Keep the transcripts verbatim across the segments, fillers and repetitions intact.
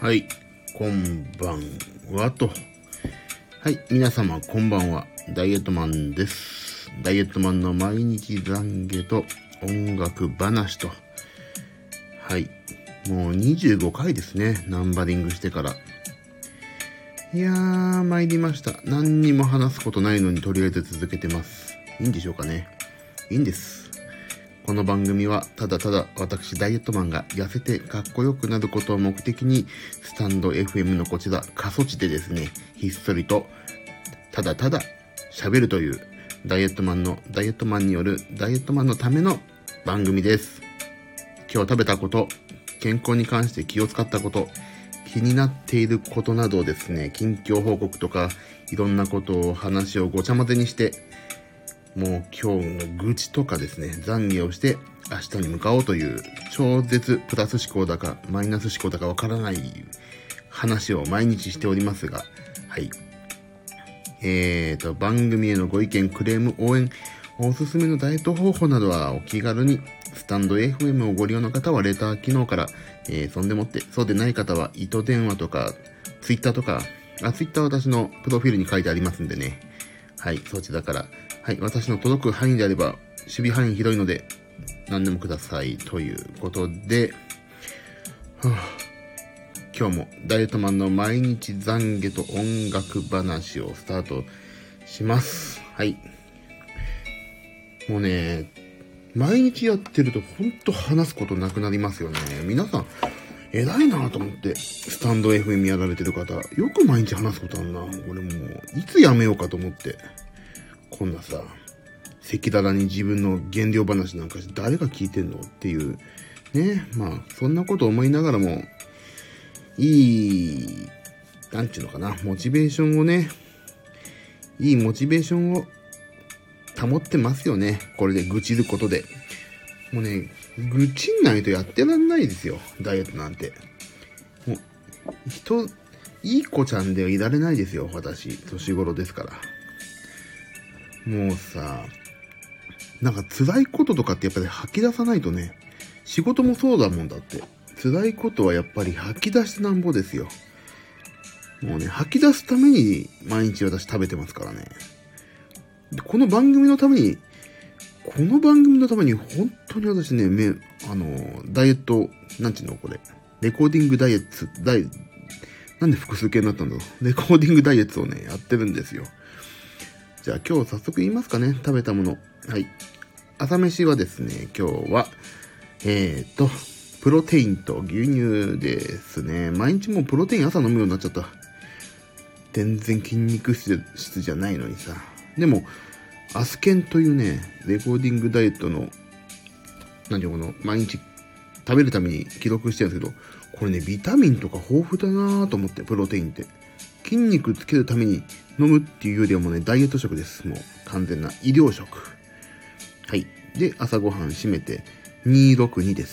はい、こんばんはと。はい、皆様こんばんは。ダイエットマンです。ダイエットマンの毎日懺悔と音楽話と。はい、もうにじゅうごかいですね。ナンバリングしてから。いやー、参りました。何にも話すことないのにとりあえず続けてます。いいんでしょうかね。いいんです。この番組はただただ私ダイエットマンが痩せてかっこよくなることを目的にスタンド エフエム のこちら過疎地でですね、ひっそりとただただ喋るというダイエットマンのダイエットマンによるダイエットマンのための番組です。今日食べたこと、健康に関して気を使ったこと、気になっていることなどをですね、近況報告とかいろんなことを話をごちゃ混ぜにしてもう今日の愚痴とかですね、懺悔をして明日に向かおうという超絶プラス思考だかマイナス思考だかわからない話を毎日しておりますが、はい。えーと、番組へのご意見、クレーム、応援、おすすめのダイエット方法などはお気軽に、スタンド エフエム をご利用の方はレター機能から、えー、そんでもって、そうでない方は糸電話とか、ツイッターとか、あ、ツイッターは私のプロフィールに書いてありますんでね。はい、そちらから、はい、私の届く範囲であれば、守備範囲広いので、何でもください。ということで、はあ、今日もダイエットマンの毎日懺悔と音楽話をスタートします。はい。もうね、毎日やってるとほんと話すことなくなりますよね。皆さん、偉いなと思って、スタンド エフエム やられてる方、よく毎日話すことあるな。俺もう、いつやめようかと思って。こんなさ、赤裸々に自分の減量話なんかして誰が聞いてんのっていう、ね。まあ、そんなこと思いながらも、いい、なんちゅうのかな、モチベーションをね、いいモチベーションを保ってますよね。これで愚痴ることで。もうね、愚痴んないとやってらんないですよ。ダイエットなんて。もう、人、いい子ちゃんではいられないですよ。私、年頃ですから。もうさ、なんか辛いこととかってやっぱり吐き出さないとね、仕事もそうだもんだって。辛いことはやっぱり吐き出してなんぼですよ。もうね、吐き出すために毎日私食べてますからね。でこの番組のために、この番組のために本当に私ね、め、あの、ダイエット、なんていうのこれ。レコーディングダイエット、ダイ、なんで複数形になったんだろう。レコーディングダイエットをね、やってるんですよ。じゃあ今日早速言いますかね。食べたもの。はい。朝飯はですね、今日は、えーと、プロテインと牛乳ですね。毎日もうプロテイン朝飲むようになっちゃった。全然筋肉質じゃないのにさ。でも、アスケンというね、レコーディングダイエットの、なんていうの、毎日食べるために記録してるんですけど、これね、ビタミンとか豊富だなぁと思って、プロテインって。筋肉つけるために飲むっていうよりはもうね、ダイエット食です。もう完全な医療食。はい。で、朝ごはん締めてにひゃくろくじゅうにです。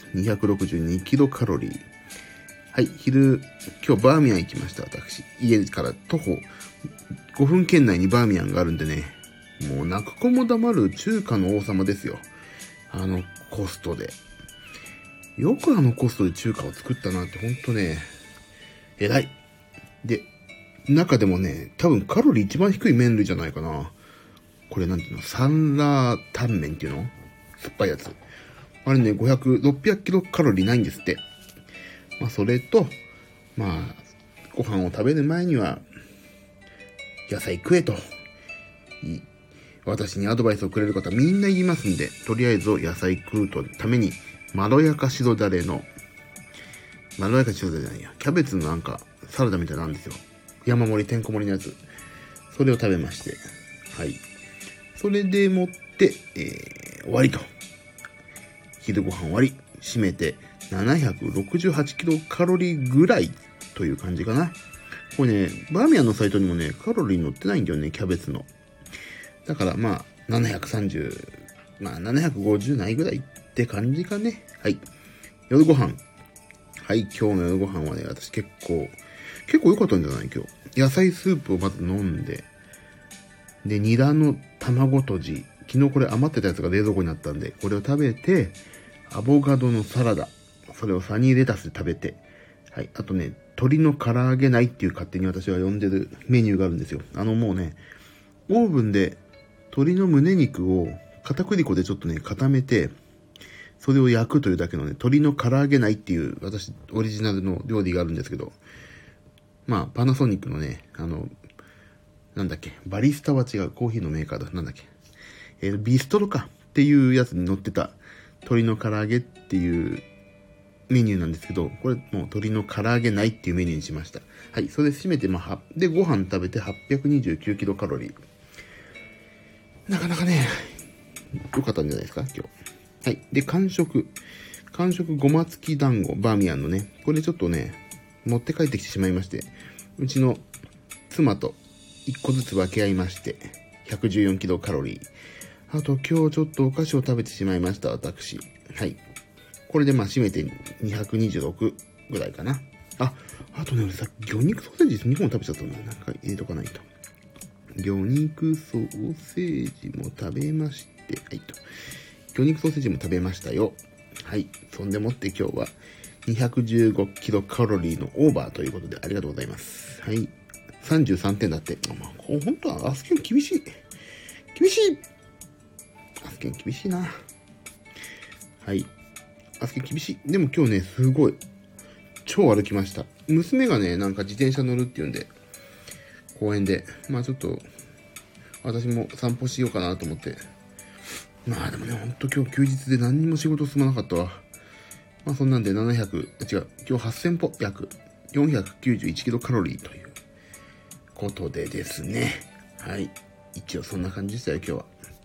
にひゃくろくじゅうにキロカロリー。はい。昼、今日バーミヤン行きました。私。家から徒歩ごふん圏内にバーミヤンがあるんでね。もう泣く子も黙る中華の王様ですよ。あのコストで。よくあのコストで中華を作ったなってほんとね、偉い。で、中でもね、多分カロリー一番低い麺類じゃないかな。これなんていうの、サンラータンメンっていうの？酸っぱいやつ。あれね、ごひゃく、ろっぴゃくキロカロリーないんですって。まあそれと、まあ、ご飯を食べる前には、野菜食えと。私にアドバイスをくれる方みんな言いますんで、とりあえず野菜食うとために、まろやか白だれの、まろやか白だれじゃないや、キャベツのなんか、サラダみたいなんですよ。山盛りてんこ盛りのやつ。それを食べまして。はい。それでもって、えー、終わりと。昼ご飯終わり。締めてななひゃくろくじゅうはちキロカロリーぐらいという感じかな。これね、バーミヤンのサイトにもね、カロリー載ってないんだよね、キャベツの。だからまあ、ななひゃくさんじゅう、まあななひゃくごじゅうないぐらいって感じかね。はい。夜ご飯。はい、今日の夜ご飯はね、私結構、結構良かったんじゃない今日。野菜スープをまず飲んで、で、ニラの卵とじ。昨日これ余ってたやつが冷蔵庫にあったんで、これを食べて、アボカドのサラダ。それをサニーレタスで食べて、 はい。あとね、鶏の唐揚げないっていう勝手に私は呼んでるメニューがあるんですよ。あのもうね、オーブンで鶏の胸肉を片栗粉でちょっとね、固めて、それを焼くというだけのね、鶏の唐揚げないっていう私オリジナルの料理があるんですけど、まあ、パナソニックのね、あの、なんだっけ、バリスタは違う、コーヒーのメーカーだ、なんだっけ、えー、ビストロかっていうやつに載ってた鶏の唐揚げっていうメニューなんですけど、これもう鶏の唐揚げないっていうメニューにしました。はい、それで締めて、まあ、で、ご飯食べてはっぴゃくにじゅうきゅうキロカロリー。なかなかね、良かったんじゃないですか、今日。はい。で、完食。完食ごま付き団子、バーミヤンのね、これちょっとね、持って帰ってきてしまいまして、うちの妻といっこずつ分け合いまして、ひゃくじゅうよんキロカロリー。あと今日ちょっとお菓子を食べてしまいました、私。はい。これでまあ締めてにひゃくにじゅうろくぐらいかな。あ、あとね、俺さっき魚肉ソーセージにほん食べちゃったんだよ。なんか入れとかないと。魚肉ソーセージも食べまして、はいと。魚肉ソーセージも食べましたよ。はい。そんでもって今日はにひゃくじゅうごキロカロリーのオーバーということでありがとうございます。はい。さんじゅうさんてんだって。まあ、ほんとはアスケン厳しい。厳しい。アスケン厳しいな。はい。アスケン厳しい。でも今日ね、すごい。超歩きました。娘がね、なんか自転車乗るっていうんで、公園で、まあちょっと、私も散歩しようかなと思って。まあでもね、ほんと今日休日で何にも仕事進まなかったわ。まあそんなんでななひゃく、違う、今日はっせん歩、約よんひゃくきゅうじゅういちキロカロリーということでですね。はい。一応そんな感じでしたよ、今日は。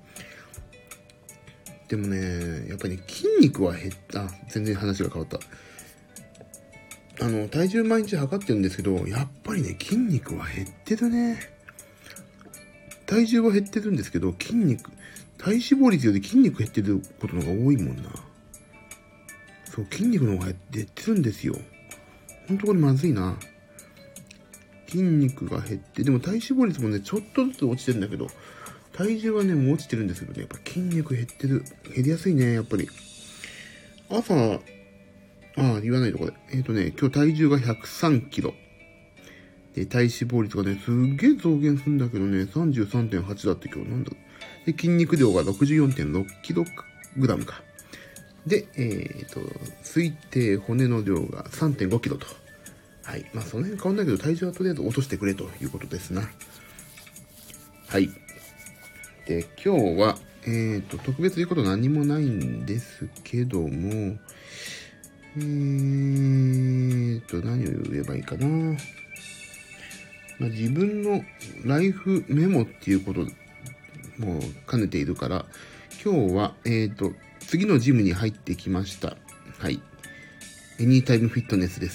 でもね、やっぱり、ね、筋肉は減った。全然話が変わった。あの、体重毎日測ってるんですけど、やっぱりね、筋肉は減ってるね。体重は減ってるんですけど、筋肉、体脂肪率より筋肉減ってることの方が多いもんな。そう、筋肉の方が減ってるんですよ。ほんとこれまずいな。筋肉が減って、でも体脂肪率もね、ちょっとずつ落ちてるんだけど、体重はね、もう落ちてるんですけどね、やっぱ筋肉減ってる。減りやすいね、やっぱり。朝、ああ、言わないとこれ。えっ、ー、とね、今日体重がひゃくさんキロ。で、体脂肪率がね、すっげえ増減するんだけどね、さんじゅうさんてんはち だって今日、なんだ。で、筋肉量が ろくじゅうよんてんろくキログラムか。で、えっ、ー、と、推定骨の量が さんてんごキロと。はい。まあ、その辺変わんないけど、体重はとりあえず落としてくれということですな。はい。で、今日は、えっ、ー、と、特別言うこと何もないんですけども、えーと、何を言えばいいかな。まあ、自分のライフメモっていうことも兼ねているから、今日は、えーと、次のジムに入ってきました。はい。エニータイムフィットネスです。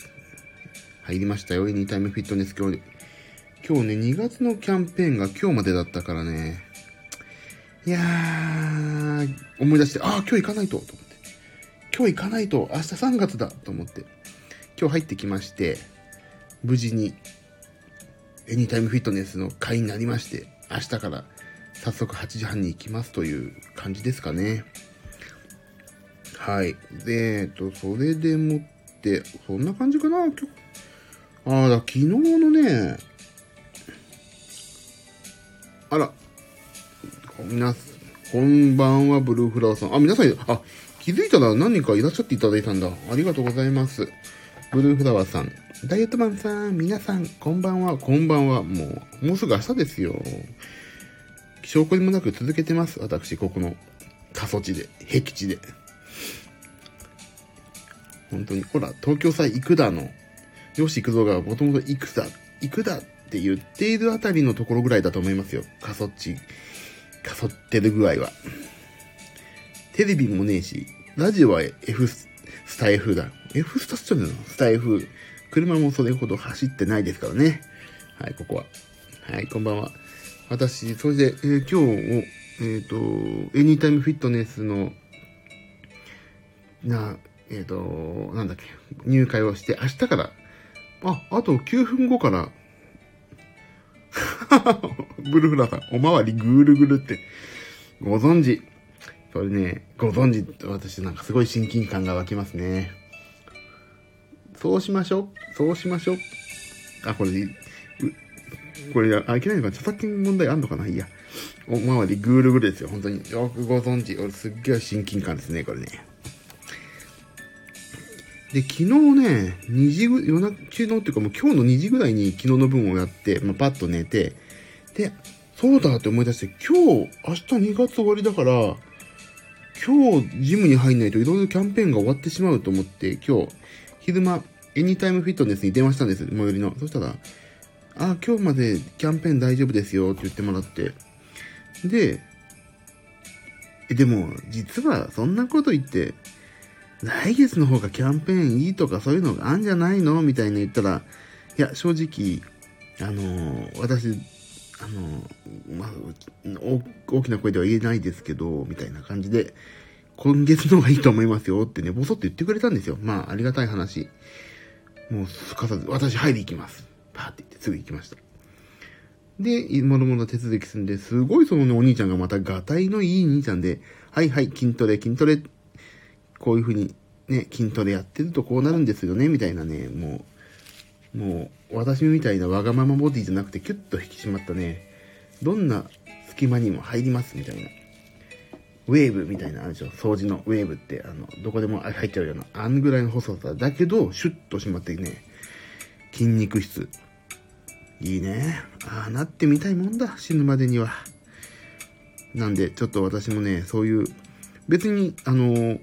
入りましたよ、エニータイムフィットネス今日。今日ね、にがつのキャンペーンが今日までだったからね。いやー、思い出して、あー、今日行かないと、と思って。今日行かないと、明日さんがつだ、と思って。今日入ってきまして、無事に、エニータイムフィットネスの会員になりまして、明日から早速はちじはんに行きますという感じですかね。はい。で、えっと、それでもって、そんな感じかな、今日。あー、だ昨日のね、あら、皆さん、こんばんは、ブルーフラワーさん。あ、皆さん、あ、気づいたら何人かいらっしゃっていただいたんだ。ありがとうございます。ブルーフラワーさん。ダイエットマンさん、皆さん、こんばんは、こんばんは。もう、もうすぐ明日ですよ。証拠にもなく続けてます。私、ここの過疎地で、僻地で。本当に、ほら、東京祭行くだの、よし行くぞが、もともと行くだ、行くだって言っているあたりのところぐらいだと思いますよ。過疎地、過疎ってる具合は。テレビもねえし、ラジオは F スタイフだ。F スタスタのスタイフ。車もそれほど走ってないですからね。はい、ここは。はい、こんばんは。私、それで、えー、今日、えっ、ー、と、エニータイムフィットネスの、な、えっ、ー、と、なんだっけ、入会をして、明日から、あ、あときゅうふんごから、ブルフラさん、おまわりぐーるぐるって、ご存知。それね、ご存知、私なんかすごい親近感が湧きますね。 そうしましょう。そうしましょう。あ、これで、これ、あ、いけないのかな、著作権問題あんのかな。いいや。おまわりぐるぐるですよ。本当に。よくご存知。俺すっげえ親近感ですね、これね。で、昨日ね、にじぐ、夜中、昨日っていうかもう今日のにじぐらいに昨日の分をやって、まあ、パッと寝て、で、そうだって思い出して、今日、明日にがつ終わりだから、今日ジムに入んないといろいろキャンペーンが終わってしまうと思って、今日、昼間、エニタイムフィットネスに電話したんです、最寄りの。そしたら、あ、今日までキャンペーン大丈夫ですよって言ってもらって。で、でも、実はそんなこと言って、来月の方がキャンペーンいいとかそういうのがあんじゃないのみたいな言ったら、いや、正直、あのー、私、あのー、まあ、大きな声では言えないですけど、みたいな感じで、今月の方がいいと思いますよってね、ボソッと言ってくれたんですよ。まあ、ありがたい話。もう、すかさず、私入り行きます。パーって言ってすぐ行きました。で、もろもろ手続きするんで、すごいそのね、お兄ちゃんがまたガタイのいい兄ちゃんで、はいはい、筋トレ、筋トレ、こういう風にね、筋トレやってるとこうなるんですよね、みたいなね、もう、もう、私みたいなわがままボディじゃなくて、キュッと引き締まったね、どんな隙間にも入ります、みたいな。ウェーブみたいな、あれでしょ、掃除のウェーブって、あの、どこでも入っちゃうような、あんぐらいの細さだけど、シュッと締まってね、筋肉質。いいね。ああ、なってみたいもんだ、死ぬまでには。なんで、ちょっと私もね、そういう、別に、あのー、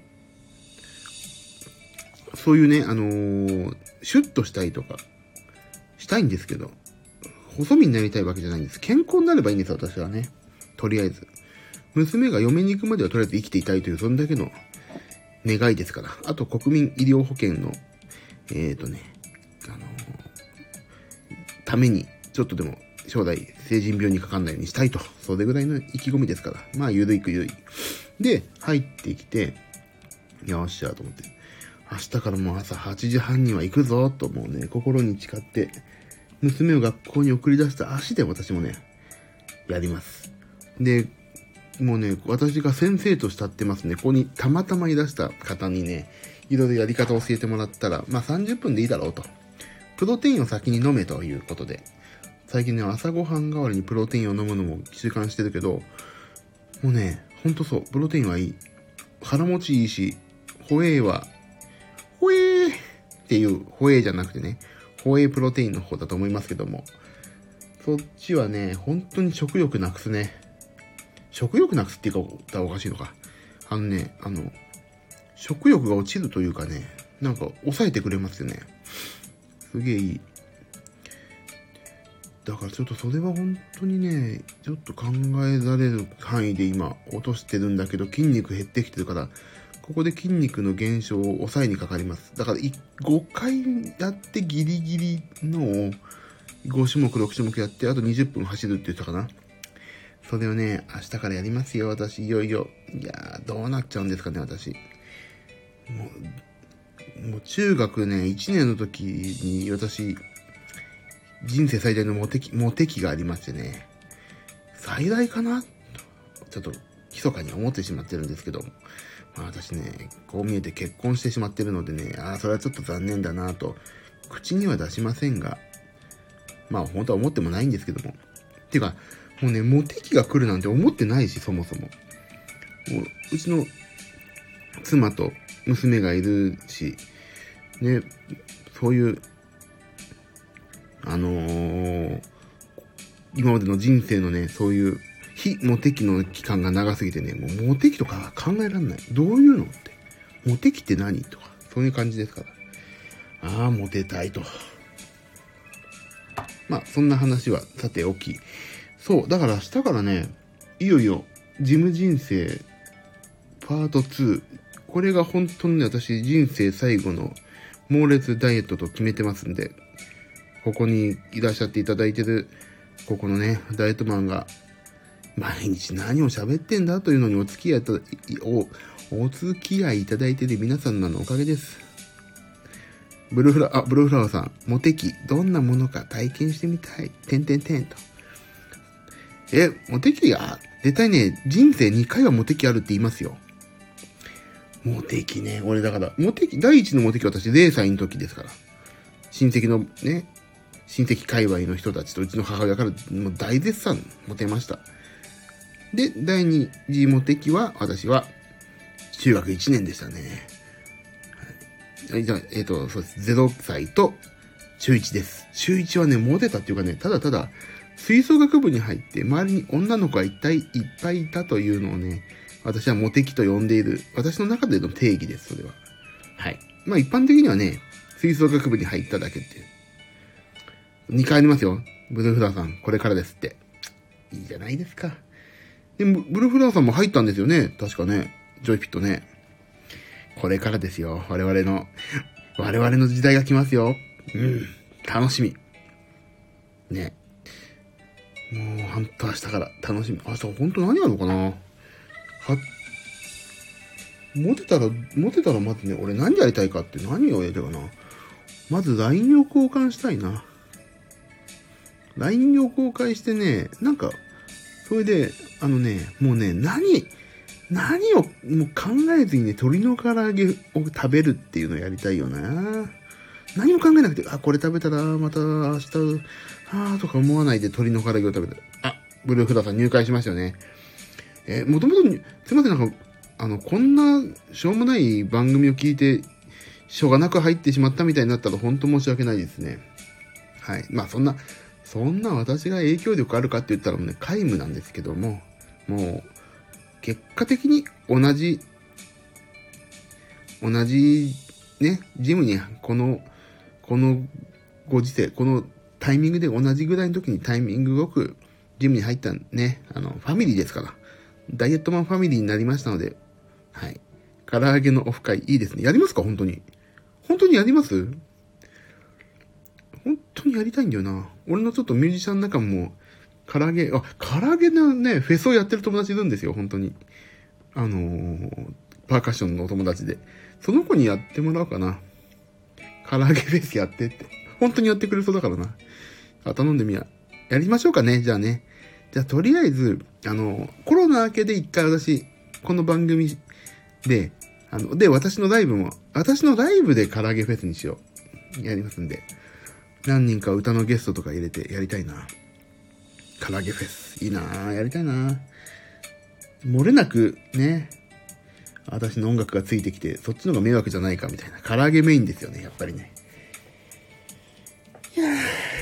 そういうね、あのー、シュッとしたいとか、したいんですけど、細身になりたいわけじゃないんです。健康になればいいんです、私はね。とりあえず。娘が嫁に行くまではとりあえず生きていたいという、そんだけの願いですから。あと、国民医療保険の、えーとね、あのー、ために、ちょっとでも、将来、成人病にかかんないようにしたいと。それぐらいの意気込みですから。まあ、ゆるいくゆるい。で、入ってきて、よっしゃと思って。明日からもう朝はちじはんには行くぞと、もうね、心に誓って、娘を学校に送り出した足で私もね、やります。で、もうね、私が先生と慕ってますね。ここにたまたまいらした方にね、いろいろやり方を教えてもらったら、まあさんじゅっぷんでいいだろうと。プロテインを先に飲めということで。最近ね、朝ごはん代わりにプロテインを飲むのも習慣してるけど、もうね、ほんとそう、プロテインはいい。腹持ちいいし、ホエイは、ホエーっていうホエイじゃなくてね、ホエイプロテインの方だと思いますけども、そっちはね、本当に食欲なくすね。食欲なくすっていうか、ったらおかしいのか。あのね、あの、食欲が落ちるというかね、なんか抑えてくれますよね。すげえいい。だからちょっとそれは本当にね、ちょっと考えられる範囲で今落としてるんだけど、筋肉減ってきてるから、ここで筋肉の減少を抑えにかかります。だからごかいやってギリギリのをごしゅもくろくしゅもくやって、あとにじゅっぷん走るって言ったかな。それをね、明日からやりますよ、私、いよいよ。いやー、どうなっちゃうんですかね、私。もう、もう中学ね、いちねんの時に私、人生最大のモテ期、モテ期がありましてね。最大かなちょっと、密かに思ってしまってるんですけど、まあ私ね、こう見えて結婚してしまってるのでね、ああ、それはちょっと残念だなと、口には出しませんが、まあ本当は思ってもないんですけども。ていうか、もうね、モテ期が来るなんて思ってないし、そもそも。もう、うちの妻と娘がいるし、ね、そういう、あのー、今までの人生のね、そういう非モテ期の期間が長すぎてね、もうモテ期とか考えられない。どういうのって。モテ期って何とか、そういう感じですから。ああ、モテたいと。まあ、そんな話はさておき。そう、だから明日からね、いよいよ、ジム人生、パートツー。これが本当にね、私、人生最後の猛烈ダイエットと決めてますんで、ここにいらっしゃっていただいてる、ここのね、ダイエットマンが、毎日何を喋ってんだというのにお付き合いと、お、お付き合いいただいている皆さんのおかげです。ブルーフラ、あ、ブルーフラワーさん、モテ期、どんなものか体験してみたい。てんてんてんと。え、モテ期が、絶対ね、人生にかいはモテ期あるって言いますよ。モテ期ね。俺だから、モテ期、第一のモテ期は私、れいさいの時ですから。 親戚のね、親戚界隈の人たちとうちの母親からもう大絶賛モテました。で、第二次モテ期は、私は中学いちねんでしたね。はい、じゃあ、えっと、そうです。ゼロさいと中いちです。中いちはね、モテたっていうかね、ただただ、吹奏楽部に入って、周りに女の子が一体いっぱいいたというのをね、私はモテ期と呼んでいる、私の中での定義です、それは。はい。まあ一般的にはね、吹奏楽部に入っただけっていう。にかいありますよ。ブルーフラワーさん、これからですって。いいじゃないですか。で、ブルーフラワーさんも入ったんですよね。確かね。ジョイフィットね。これからですよ。我々の、我々の時代が来ますよ。うん。楽しみ。ね。もう、ほんと明日から楽しみ。明日ほんと何やるのかなは、モテたら、モテたらまずね、俺何やりたいかって何をやりたいかな。まず ライン を交換したいな。ライン を交換してね、なんか、それで、あのね、もうね、何、何をもう考えずにね、鶏の唐揚げを食べるっていうのをやりたいよな。何も考えなくて、あ、これ食べたら、また明日、あーとか思わないで鶏の唐揚げを食べた。あ、ブルーフラワーさん入会しましたよね。えー、もともと、すいません、なんか、あの、こんな、しょうもない番組を聞いて、しょうがなく入ってしまったみたいになったら、本当申し訳ないですね。はい。まあ、そんな、そんな私が影響力あるかって言ったらね、皆無なんですけども、もう、結果的に同じ、同じ、ね、ジムに、この、このご時世、このタイミングで同じぐらいの時にタイミングよく、ジムに入ったね、あの、ファミリーですから、ダイエットマンファミリーになりましたので、はい。唐揚げのオフ会、いいですね。やりますか本当に。本当にやります本当にやりたいんだよな。俺のちょっとミュージシャン仲間も、唐揚げ、あ、唐揚げのね、フェスをやってる友達いるんですよ、本当に。あのー、パーカッションのお友達で。その子にやってもらおうかな。唐揚げフェスやってって。本当にやってくれそうだからな。あ、頼んでみや。やりましょうかね、じゃあね。じゃあとりあえず、あの、コロナ明けで一回私、この番組で、あの、で、私のライブも、私のライブで唐揚げフェスにしよう。やりますんで。何人か歌のゲストとか入れてやりたいな。唐揚げフェス。いいなぁ。やりたいなぁ。漏れなく、ね。私の音楽がついてきて、そっちの方が迷惑じゃないかみたいな。唐揚げメインですよね、やっぱりね。いや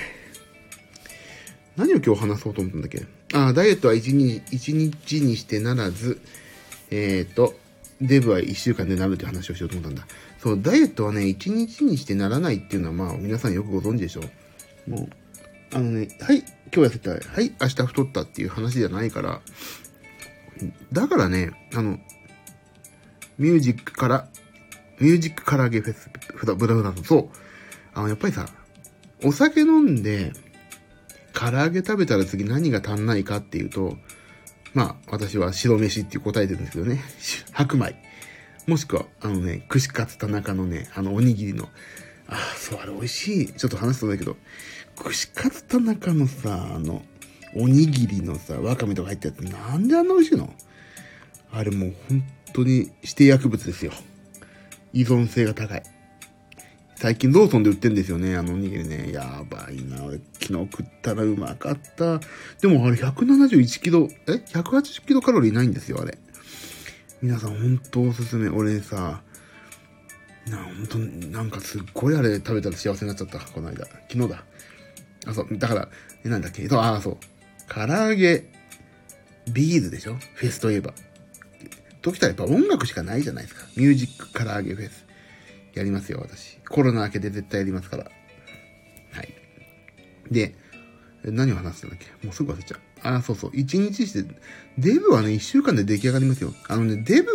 何を今日話そうと思ったんだっけ。ああ、ダイエットは一日、一日にしてならず、えっと、デブは一週間でなるって話をしようと思ったんだ。そう、ダイエットはね、一日にしてならないっていうのは、まあ、皆さんよくご存知でしょう。もう、あのね、はい、今日痩せたい。はい、明日太ったっていう話じゃないから、だからね、あの、ミュージックから、ミュージック唐揚げフェス、ブラブラブラそう。あの、やっぱりさ、お酒飲んで、唐揚げ食べたら次何が足んないかっていうと、まあ、私は白飯っていう答えてるんですけどね。白米。もしくは、あのね、串カツ田中のね、あのおにぎりの、ああ、そう、あれ美味しい。ちょっと話すとだけど、串カツ田中のさ、あの、おにぎりのさ、わかめとか入ったやつ、なんであんな美味しいの？あれもう本当に指定薬物ですよ。依存性が高い。最近ローソンで売ってんですよね、あのおにぎりね。やばいな、俺昨日食ったらうまかった。でもあれひゃくななじゅういちキロ、え ?ひゃくはちじゅっキロカロリーないんですよ、あれ。皆さん本当おすすめ。俺さ、な、本当なんかすっごいあれ食べたら幸せになっちゃった、この間。昨日だ。あ、そう、だから、え、なんだっけ、そう、あ、そう。唐揚げ、ビーズでしょ？フェスといえば。ときたらやっぱ音楽しかないじゃないですか。ミュージック唐揚げフェス。やりますよ、私。コロナ明けで絶対やりますから。はい。で、何を話すんだっけ？もうすぐ忘れちゃう。あ、そうそう。一日して、デブはね、一週間で出来上がりますよ。あのね、デブ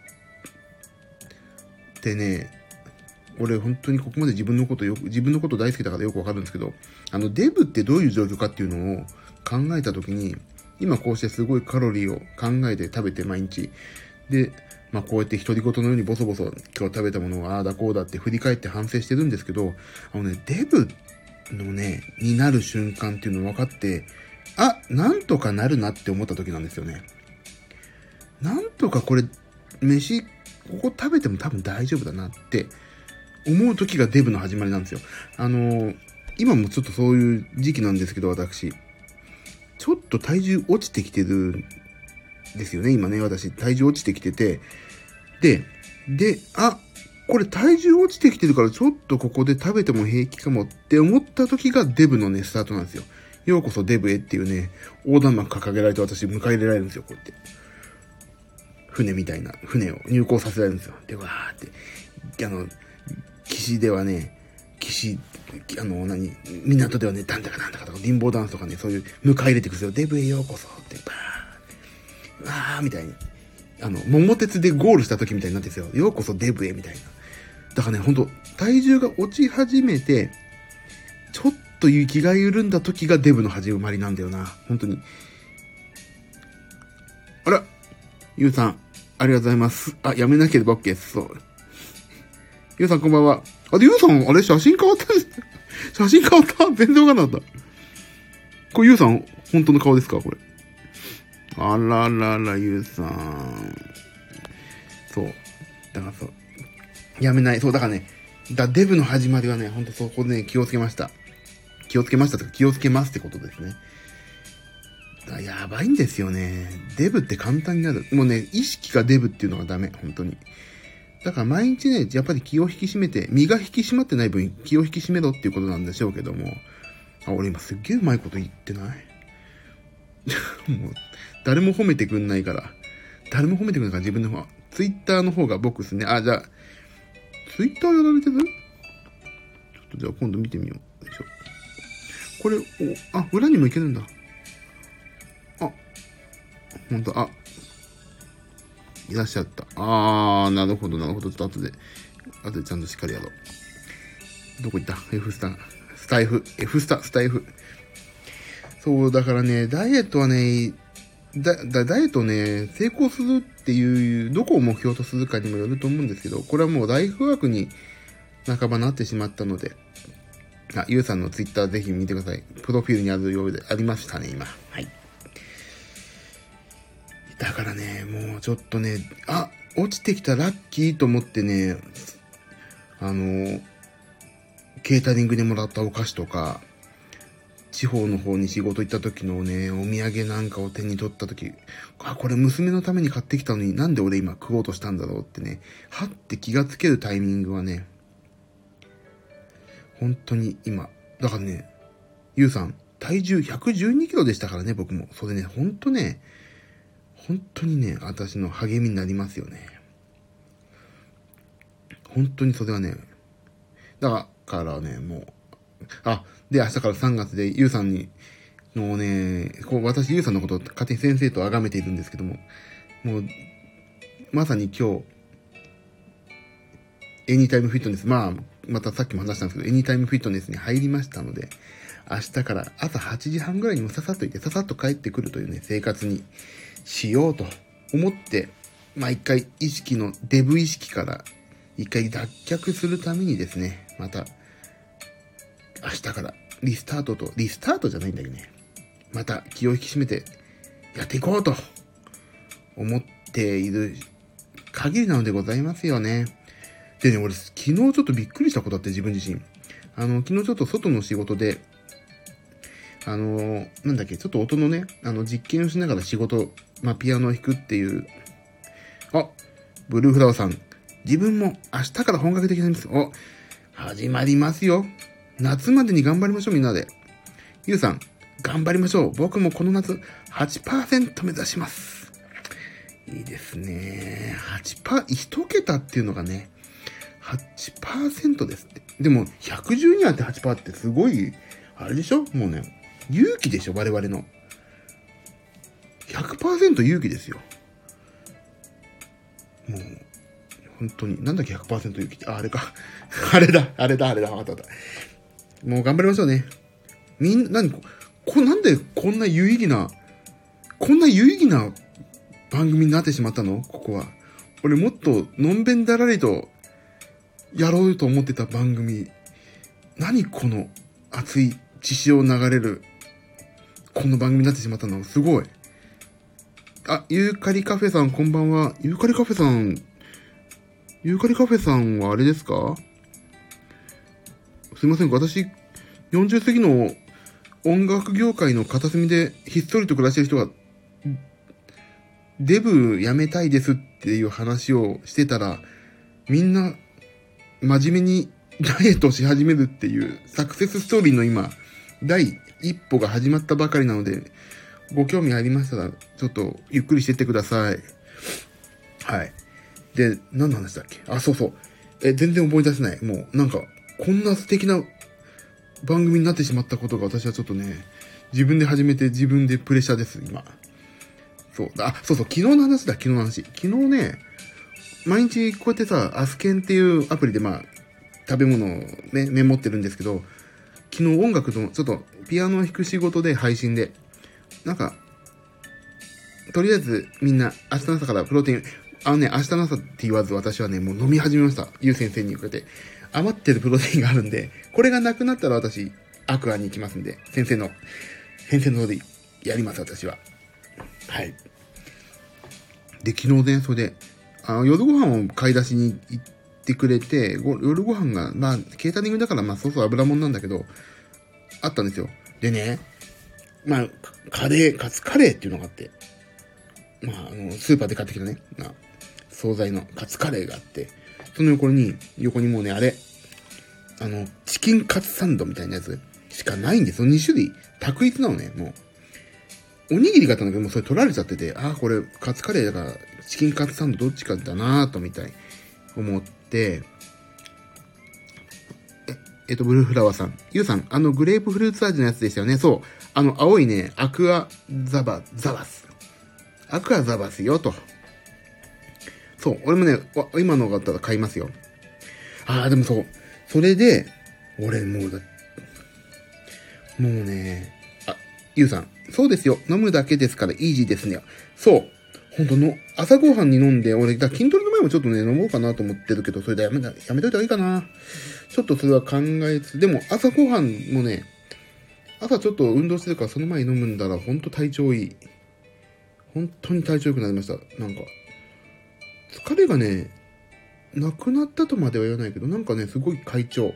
ってね、俺本当にここまで自分のことよく、自分のこと大好きだからよくわかるんですけど、あの、デブってどういう状況かっていうのを考えたときに、今こうしてすごいカロリーを考えて食べて毎日。で、まあこうやって独り言のようにボソボソ今日食べたものがああだこうだって振り返って反省してるんですけど、あのね、デブのね、になる瞬間っていうの分かって、あ、なんとかなるなって思った時なんですよね。なんとかこれ、飯、ここ食べても多分大丈夫だなって思う時がデブの始まりなんですよ。あのー、今もちょっとそういう時期なんですけど、私。ちょっと体重落ちてきてるんですよね、今ね、私。体重落ちてきてて。で、で、あ、これ体重落ちてきてるからちょっとここで食べても平気かもって思った時がデブのね、スタートなんですよ。ようこそデブへっていうね、横断幕掲げられて私迎え入れられるんですよ、こうやって。船みたいな、船を入港させられるんですよ。で、わーって。あの、岸ではね、岸、あの、何、港ではね、なんだかなんだかとか、リンボーダンスとかね、そういう迎え入れてくるんですよ。デブへようこそって、バーン、わーみたいに。あの、桃鉄でゴールした時みたいになってるんですよ。ようこそデブへみたいな。だからね、ほんと、体重が落ち始めて、ちょっと気が緩んだ時がデブの始まりなんだよな。本当に。あら、ゆうさん、ありがとうございます。あ、やめなければ OK です。そう。ゆうさんこんばんは。あ、で、ゆうさん、あれ写真変わった写真変わった全然わかんなかった。これゆうさん、本当の顔ですかこれ。あららら、ゆうさん。そう。だからそう。やめない。そう、だからね、だデブの始まりはね、ほんとそこでね、気をつけました。気をつけましたとか、気をつけますってことですね。だやばいんですよね。デブって簡単になる。もうね、意識がデブっていうのがダメ。本当に。だから毎日ね、やっぱり気を引き締めて、身が引き締まってない分、気を引き締めろっていうことなんでしょうけども。あ、俺今すっげえうまいこと言ってないもう、誰も褒めてくんないから。誰も褒めてくんないから自分の方。ツイッターの方が僕ですね。あ、じゃあ、ツイッターやられてる？ちょっとじゃあ今度見てみよう。よいしょ。これ、お、あ、裏にもいけるんだ。あ、ほんと、あ、いらっしゃった。あー、なるほど、なるほど。ちょっと後で、後でちゃんとしっかりやろう。どこ行った？ F スタ、スタイフ、F スタ、スタイフ。そう、だからね、ダイエットはね、だ、だ、ダイエットをね、成功するっていう、どこを目標とするかにもよると思うんですけど、これはもうライフワークに半ばなってしまったので、あ、ゆうさんのツイッターぜひ見てください。プロフィールにあるようで、ありましたね、今。はい。だからね、もうちょっとね、あ、落ちてきたラッキーと思ってね、あの、ケータリングでもらったお菓子とか、地方の方に仕事行った時のね、お土産なんかを手に取った時、あ、これ娘のために買ってきたのになんで俺今食おうとしたんだろうってね、はって気がつけるタイミングはね、本当に今、だからね、ゆうさん、体重ひゃくじゅうにキロでしたからね、僕も。それね、本当ね、本当にね、私の励みになりますよね。本当にそれはね、だからね、もう、あ、で、明日からさんがつで、ゆうさんに、のね、こう私、ゆうさんのことを勝手に先生と崇めているんですけども、もう、まさに今日、エニタイムフィットネス、まあ、またさっきも話したんですけど、エニタイムフィットネスに入りましたので、明日から朝はちじはんぐらいにもささっと行って、ささっと帰ってくるというね、生活にしようと思って、まあ一回意識の、デブ意識から一回脱却するためにですね、また、明日からリスタートと、リスタートじゃないんだけどね、また気を引き締めてやっていこうと思っている限りなのでございますよね。でね、俺昨日ちょっとびっくりしたことあって、自分自身。あの、昨日ちょっと外の仕事で、あの、なんだっけ、ちょっと音のね、あの、実験をしながら仕事、まあ、ピアノを弾くっていう、あ、ブルーフラワーさん、自分も明日から本格的になります。お、始まりますよ。夏までに頑張りましょう、みんなで。ゆうさん、頑張りましょう。僕もこの夏、はちパーセント 目指します。いいですね。はちパーセント、一桁っていうのがね、はちパーセント ですって。でも、ひゃくじゅうにあって はちパーセント ってすごい、あれでしょもうね、勇気でしょ我々の。ひゃくパーセント 勇気ですよ。もう、本当に。なんだっけ ひゃくパーセント 勇気って。あ、あれか。あれだ、あれだ、あれだ、わかったわかった。もう頑張りましょうね。みんな、何こ、こ、なんでこんな有意義な、こんな有意義な番組になってしまったのここは。俺もっとのんべんだらりとやろうと思ってた番組。何この熱い血潮流れる、この番組になってしまったのすごい。あ、ユーカリカフェさんこんばんは。ユーカリカフェさん、ユーカリカフェさんはあれですか？ すいません、私、よんじゅう過ぎの音楽業界の片隅でひっそりと暮らしてる人が、デブやめたいですっていう話をしてたら、みんな真面目にダイエットをし始めるっていうサクセスストーリーの今、第一歩が始まったばかりなので、ご興味ありましたら、ちょっとゆっくりしてってください。はい。で、何の話だっけ？あ、そうそう。え、全然思い出せない。もう、なんか、こんな素敵な番組になってしまったことが私はちょっとね、自分で始めて自分でプレッシャーです、今。そう。あ、そうそう、昨日の話だ、昨日の話。昨日ね、毎日こうやってさ、アスケンっていうアプリでまあ、食べ物をね、メモってるんですけど、昨日音楽の、ちょっとピアノを弾く仕事で配信で、なんか、とりあえずみんな明日の朝からプロテイン、あのね、明日の朝って言わず私はね、もう飲み始めました。ゆう先生に言われて。余ってるプロテインがあるんで、これがなくなったら私、アクアに行きますんで、先生の、先生の方でやります、私は。はい。で、昨日ね、それで、あの、夜ご飯を買い出しに行ってくれて、ご夜ご飯が、まあ、ケータリングだから、まあ、そうそう油もんなんだけど、あったんですよ。でね、まあ、カレー、カツカレーっていうのがあって、まあ、あの、スーパーで買ってきたね、まあ、惣菜のカツカレーがあって、その横に、横にもうね、あれ、あの、チキンカツサンドみたいなやつしかないんですよ。に種類、択一なのね、もう。おにぎりがあったんだけど、もうそれ取られちゃってて、ああ、これ、カツカレーだから、チキンカツサンドどっちかだなぁと、みたい、思って、え、えっと、ブルーフラワーさん。ゆうさん、あの、グレープフルーツ味のやつでしたよね。そう。あの、青いね、アクアザバ、ザバス。アクアザバスよ、と。そう。俺もね、今のがあったら買いますよ。ああ、でもそう。それで、俺もうだ、もうね、あ、ゆうさん。そうですよ。飲むだけですからイージーですね。そう。ほんとの、朝ごはんに飲んで、俺、だ筋トレの前もちょっとね、飲もうかなと思ってるけど、それでやめた、やめといた方がいいかな。ちょっとそれは考えつつ、でも朝ごはんもね、朝ちょっと運動してるからその前に飲むんだら、ほんと体調いい。本当に体調良くなりました。なんか、疲れがね、なくなったとまでは言わないけど、なんかね、すごい快調。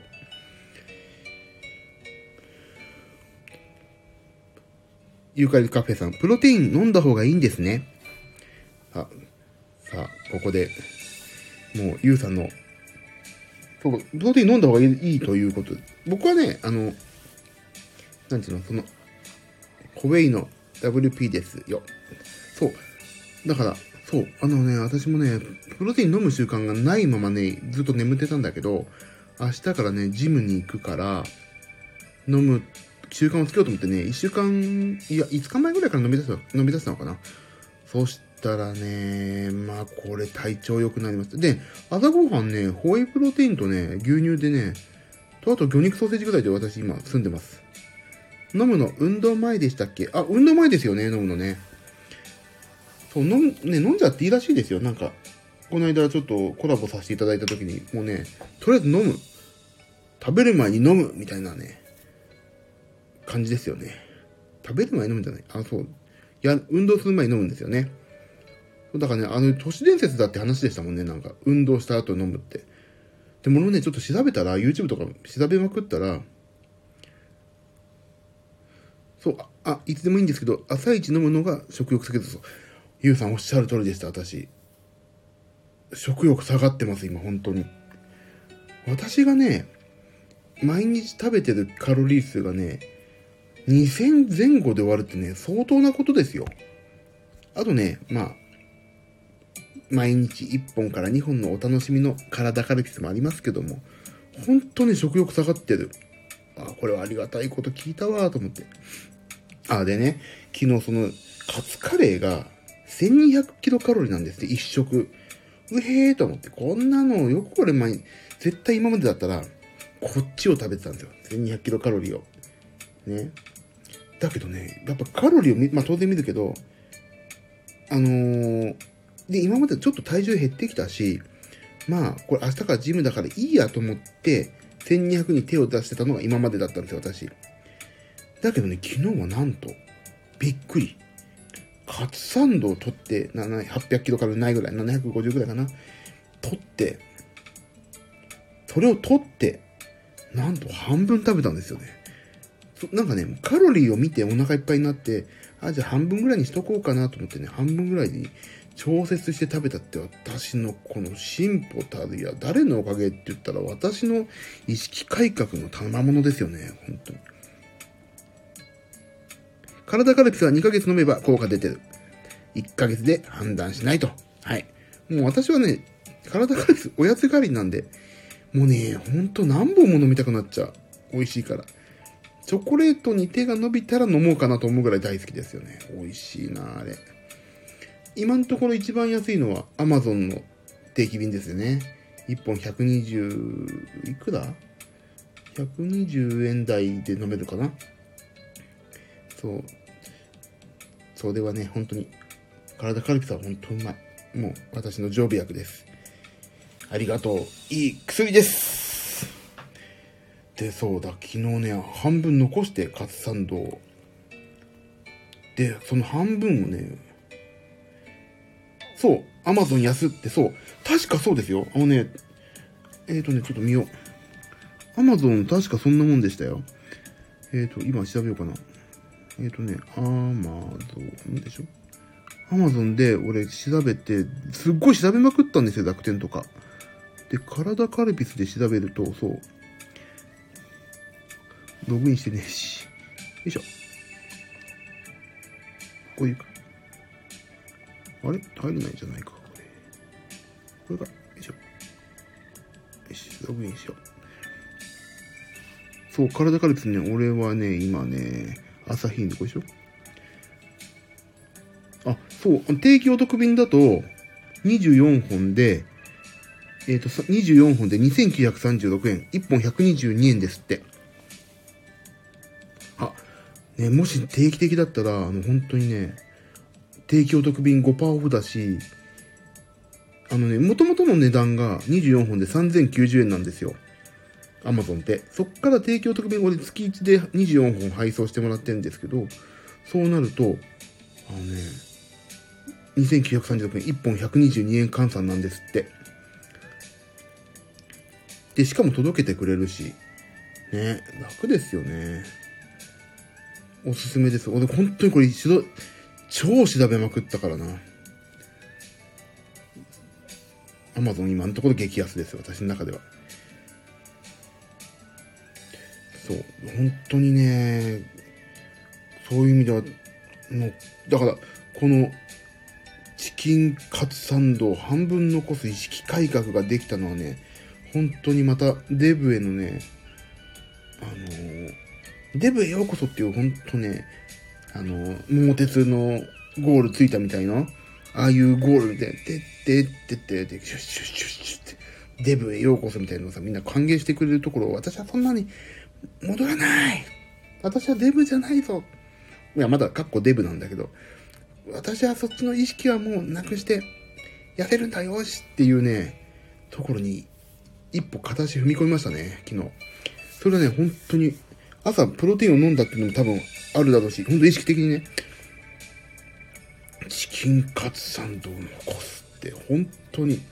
ユーカリカフェさん、プロテイン飲んだ方がいいんですね。あ、さあ、ここで、もう、ユウさんの、そう、プロテイン飲んだ方がいい、いいということで。僕はね、あの、なんていうの、その、コウェイの ダブリューピー ですよ。そう。だから、そう、あのね、私もね、プロテイン飲む習慣がないままね、ずっと眠ってたんだけど、明日からね、ジムに行くから、飲む習慣をつけようと思ってね、いっしゅうかん、いや、いつかまえぐらいから飲み出した、飲み出したのかな。そしたらね、まあ、これ体調良くなりました。で、朝ごはんね、ホエイプロテインとね、牛乳でね、とあと魚肉ソーセージぐらいで私今住んでます。飲むの、運動前でしたっけ？あ、運動前ですよね、飲むのね。そう、飲ん、ね、飲んじゃっていいらしいですよ。なんか、この間ちょっとコラボさせていただいた時に、もうね、とりあえず飲む。食べる前に飲むみたいなね、感じですよね。食べる前に飲むんじゃない？あ、そう。いや、運動する前に飲むんですよね。だからね、あの、都市伝説だって話でしたもんね、なんか。運動した後飲むって。でもね、ちょっと調べたら、YouTube とか調べまくったら、そう、あ、いつでもいいんですけど、朝一飲むのが食欲下げる。そう。ゆうさんおっしゃる通りでした、私。食欲下がってます、今、本当に。私がね、毎日食べてるカロリー数がね、にせんぜん後で終わるってね、相当なことですよ。あとね、まあ、毎日いっぽんからにほんのお楽しみの体カルピスもありますけども、本当に食欲下がってる。あ、これはありがたいこと聞いたわと思って。あ、でね、昨日そのカツカレーがせんにひゃくキロカロリーなんですって、一食。うへーと思って、こんなのよくこれ前、絶対今までだったら、こっちを食べてたんですよ。せんにひゃくキロカロリーを。ね。だけどね、やっぱカロリーを見、まあ当然見るけど、あのー、で、今までちょっと体重減ってきたし、まあ、これ明日からジムだからいいやと思って、せんにひゃくに手を出してたのが今までだったんですよ、私。だけどね、昨日はなんと、びっくり。カツサンドを取って、はっぴゃくキロカロリーないぐらい、ななひゃくごじゅうぐらいかな。取って、それを取って、 なんと半分食べたんですよね。なんかね、カロリーを見てお腹いっぱいになって、あ、じゃあ半分ぐらいにしとこうかなと思ってね、半分ぐらいに調節して食べたって私のこの進歩たるや、誰のおかげって言ったら私の意識改革の賜物ですよね、本当に。体カルピスはにかげつ飲めば効果出てる。いっかげつで判断しないと。はい。もう私はね、体カルピスおやつ代わりなんで、もうね、ほんと何本も飲みたくなっちゃう。美味しいから。チョコレートに手が伸びたら飲もうかなと思うぐらい大好きですよね。美味しいなあれ。今のところ一番安いのは Amazon の定期便ですよね。いっぽんひゃくにじゅう、いくら ?ひゃくにじゅうえん台で飲めるかな。そう。それはね、本当に、体カルピスは本当にうまい。もう私の常備薬です。ありがとう。いい薬です。で、そうだ、昨日ね、半分残してカツサンドを。で、その半分をね、そう、アマゾン安って、そう、確かそうですよ。あのね、えーとね、ちょっと見よう。アマゾン確かそんなもんでしたよ。えーと、今調べようかな。えーとね、アマゾンでしょ。アマゾンで俺調べて、すっごい調べまくったんですよ、楽天とか。で、体カルピスで調べると、そう。ログインしてねえし。よいしょ。こういうか。あれ入れないじゃないか、これ。これか。よいしょ。よし、ログインしよう。そう、体カルピスね、俺はね、今ね、朝日にこれでしょ。あ、そう、定期お得便だと、にじゅうよんほんで、えっと、にじゅうよんほんでにせんきゅうひゃくさんじゅうろくえん。いっぽんひゃくにじゅうにえんですって。あ、ね、もし定期的だったら、あの、本当にね、定期お得便 ごパーセント オフだし、あのね、元々の値段がにじゅうよんほんでさんぜんきゅうじゅうえんなんですよ。アマゾンって。そっから定期お得便俺月いちでにじゅうよんほん配送してもらってるんですけど、そうなると、あのね、にせんきゅうひゃくさんじゅうろくえん、いっぽんひゃくにじゅうにえん換算なんですって。で、しかも届けてくれるし、ね、楽ですよね。おすすめです。俺本当にこれ一度、超調べまくったからな。アマゾン今のところ激安ですよ、私の中では。そう、本当にね、そういう意味では、もう、だから、この、チキンカツサンドを半分残す意識改革ができたのはね、本当にまたデブへのね、あのー、デブへようこそっていう本当ね、あのー、桃鉄のゴールついたみたいな、ああいうゴールみたいな、てってってってって、シュッシュッシュッシュッって、デブへようこそみたいなのさ、みんな歓迎してくれるところを、私はそんなに戻らない。私はデブじゃないぞ。いや、まだカッコデブなんだけど、私はそっちの意識はもうなくして、痩せるんだよしっていうね、ところに一歩片足踏み込みましたね、昨日。それはね、本当に、朝プロテインを飲んだっていうのも多分あるだろうし、本当意識的にね、チキンカツサンドを残すって本当に、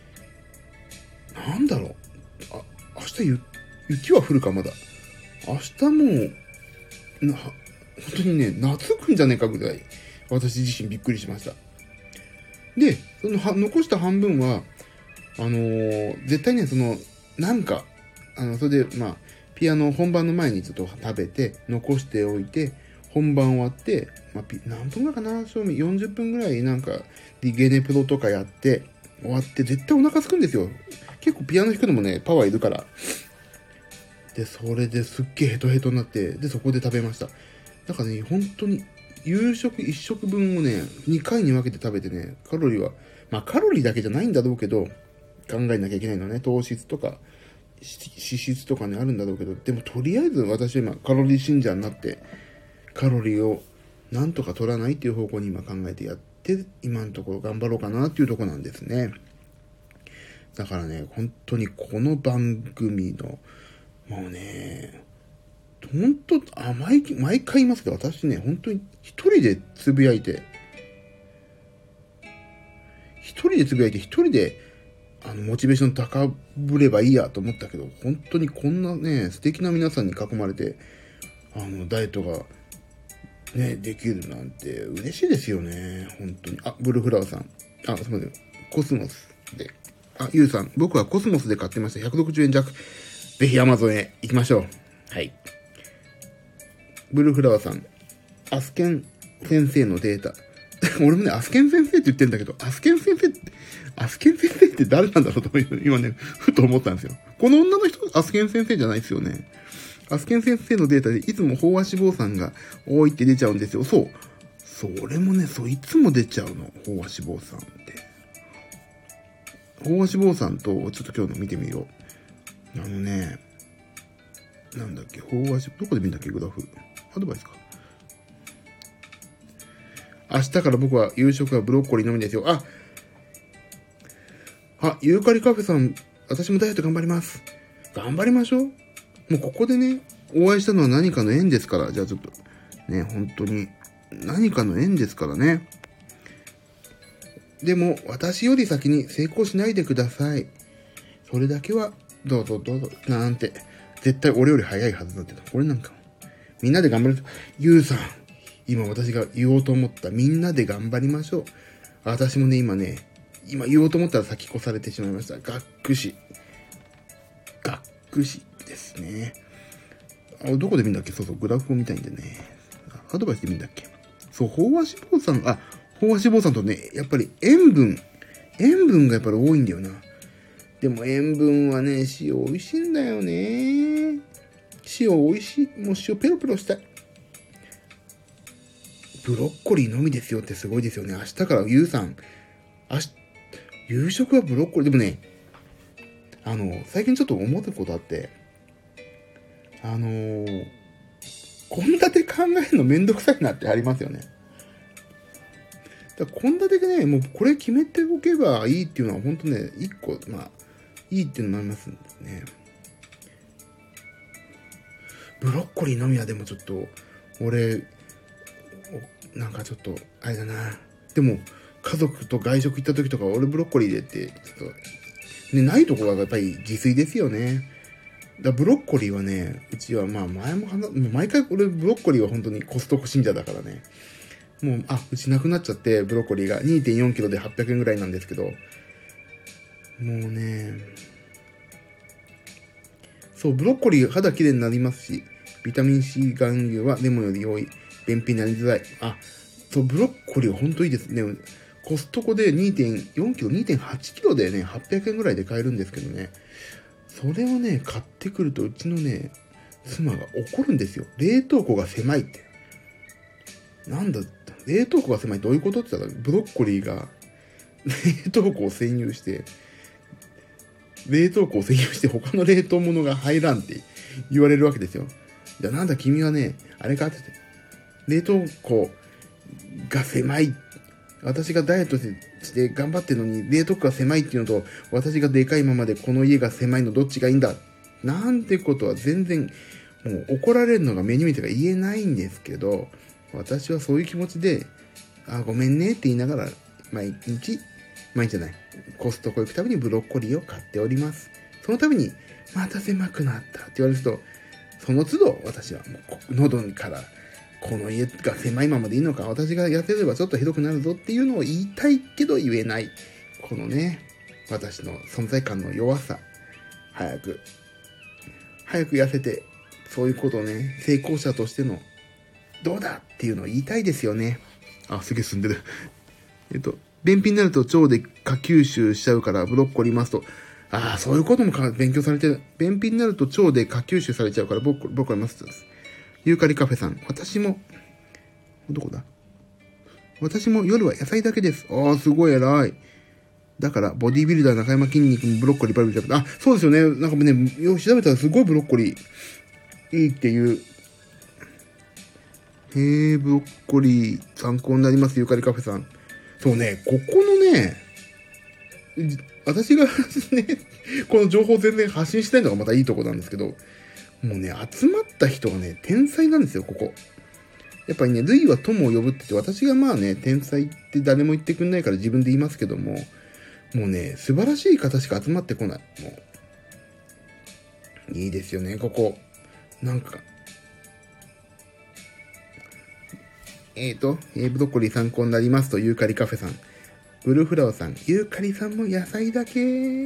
なんだろう。あ、明日ゆ雪は降るかまだ。明日もう、な、本当にね、夏来んじゃねえかぐらい、私自身びっくりしました。で、そのは残した半分は、あのー、絶対ね、その、なんか、あの、それで、まあ、ピアノ本番の前にちょっと食べて、残しておいて、本番終わって、まあ、何分ぐらいかな、正味よんじゅっぷんぐらいなんか、ゲネプロとかやって、終わって、絶対お腹空くんですよ。結構ピアノ弾くのもね、パワーいるから。で、それですっげえヘトヘトになって、で、そこで食べました。だからね、本当に、夕食いっ食分をね、にかいに分けて食べてね、カロリーは、まあカロリーだけじゃないんだろうけど、考えなきゃいけないのはね、糖質とか、脂質とかね、あるんだろうけど、でもとりあえず私は今、カロリー信者になって、カロリーをなんとか取らないっていう方向に今考えてやって、今のところ頑張ろうかなっていうところなんですね。だからね、本当にこの番組の、もうね、本当、あ、毎、毎回言いますけど、私ね、本当に一人でつぶやいて、一人でつぶやいて、一人であの、モチベーション高ぶればいいやと思ったけど、本当にこんなね、素敵な皆さんに囲まれて、あの、ダイエットが、ね、できるなんて嬉しいですよね。本当に。あ、ブルーフラワーさん。あ、すみません。コスモスで。あ、ゆうさん。僕はコスモスで買ってました。ひゃくろくじゅうえん弱。ぜひアマゾンへ行きましょう。はい。ブルーフラワーさん。アスケン先生のデータ。俺もね、アスケン先生って言ってんだけど、アスケン先生って、アスケン先生って誰なんだろうと今ね、ふと思ったんですよ。この女の人、アスケン先生じゃないですよね。アスケン先生のデータでいつも飽和脂肪酸が多いって出ちゃうんですよ。そう。それもね、そう、いつも出ちゃうの。飽和脂肪酸って。飽和脂肪酸と、ちょっと今日の見てみよう。あのね、なんだっけ、飽和脂肪、どこで見んだっけ、グラフ。アドバイスか。明日から僕は夕食はブロッコリーのみですよ。あ、あ、ユーカリカフェさん、私もダイエット頑張ります。頑張りましょう。もうここでね、お会いしたのは何かの縁ですから、じゃあちょっと、ね、本当に、何かの縁ですからね。でも、私より先に成功しないでください。それだけは、どうぞどうぞ、なんて、絶対俺より早いはずだけど、俺なんかも。みんなで頑張る。ゆうさん、今私が言おうと思った、みんなで頑張りましょう。私もね、今ね、今言おうと思ったら先越されてしまいました。がっくし。がっくしですね。あ、どこで見るんだっけ？そうそう、グラフを見たいんでね。アドバイスで見るんだっけ？そう、飽和脂肪酸、あ、飽和脂肪酸とね、やっぱり塩分。塩分がやっぱり多いんだよな。でも塩分はね、塩美味しいんだよね。塩美味しい。もう塩ペロペロしたい。ブロッコリーのみですよってすごいですよね。明日からゆうさん、明日、夕食はブロッコリー。でもね、あの、最近ちょっと思ったことあって、あのー、献立考えるのめんどくさいなってありますよね。だから献立でね、もうこれ決めておけばいいっていうのは本当ね、一個、まあ、いいっていうのもありますんですね。ブロッコリーのみはでもちょっと、俺、なんかちょっと、あれだな。でも、家族と外食行った時とか、俺ブロッコリーでって、ちょっと、ね、ないところがやっぱり自炊ですよね。だブロッコリーはね、うちはまあ前も話、もう毎回俺ブロッコリーは本当にコストコ信者だからね。もう、あ、うちなくなっちゃって、ブロッコリーが にてんよんキロではっぴゃくえんぐらいなんですけど、もうね、そう、ブロッコリー肌きれいになりますし、ビタミン C 含有はレモンより多い。便秘になりづらい。あ、そう、ブロッコリーは本当いいですね。コストコで にてんよんキロ、にてんはちキロでね、はっぴゃくえんぐらいで買えるんですけどね。それをね、買ってくると、うちのね、妻が怒るんですよ。冷凍庫が狭いって。なんだ、冷凍庫が狭いどういうことって言ったら、ブロッコリーが冷凍庫を占有して、冷凍庫を占有して他の冷凍物が入らんって言われるわけですよ。じゃあなんだ君はね、あれかって言って、冷凍庫が狭い。私がダイエットして頑張ってるのに冷凍庫が狭いっていうのと、私がでかいままでこの家が狭いのどっちがいいんだなんてことは全然もう怒られるのが目に見えてから言えないんですけど、私はそういう気持ちで、あ、ごめんねって言いながら毎日、毎日じゃない、コストコ行くたびにブロッコリーを買っております。その度に、また狭くなったって言われると、その都度私はもう喉からこの家が狭いままでいいのか、私が痩せればちょっとひどくなるぞっていうのを言いたいけど言えない。このね、私の存在感の弱さ。早く、早く痩せて、そういうことをね、成功者としての、どうだっていうのを言いたいですよね。あ、すげえ進んでる。えっと、便秘になると腸で過吸収しちゃうからブロッコリーますと、ああ、そういうことも勉強されてる。便秘になると腸で過吸収されちゃうからブロッコリーますと。ユーカリカフェさん、私も、どこだ私も夜は野菜だけです。ああ、すごい偉い。だから、ボディビルダー中山筋肉もブロッコリーバルビ食べた。あ、そうですよね。なんかね、よく調べたらすごいブロッコリー、いいっていう。へえ、ブロッコリー、参考になります、ユーカリカフェさん。そうね、ここのね、私がね、この情報全然発信したいのがまたいいとこなんですけど、もうね、集まった人がね、天才なんですよ、ここ。やっぱりね、類は友を呼ぶって言って、私がまあね、天才って誰も言ってくんないから自分で言いますけども、 もうね、素晴らしい方しか集まってこない。もう。いいですよね、ここ。なんか。えーと、えー、ブロッコリー参考になりますと、ユーカリカフェさん。ブルーフラワーさん。ユーカリさんも野菜だけ。ユ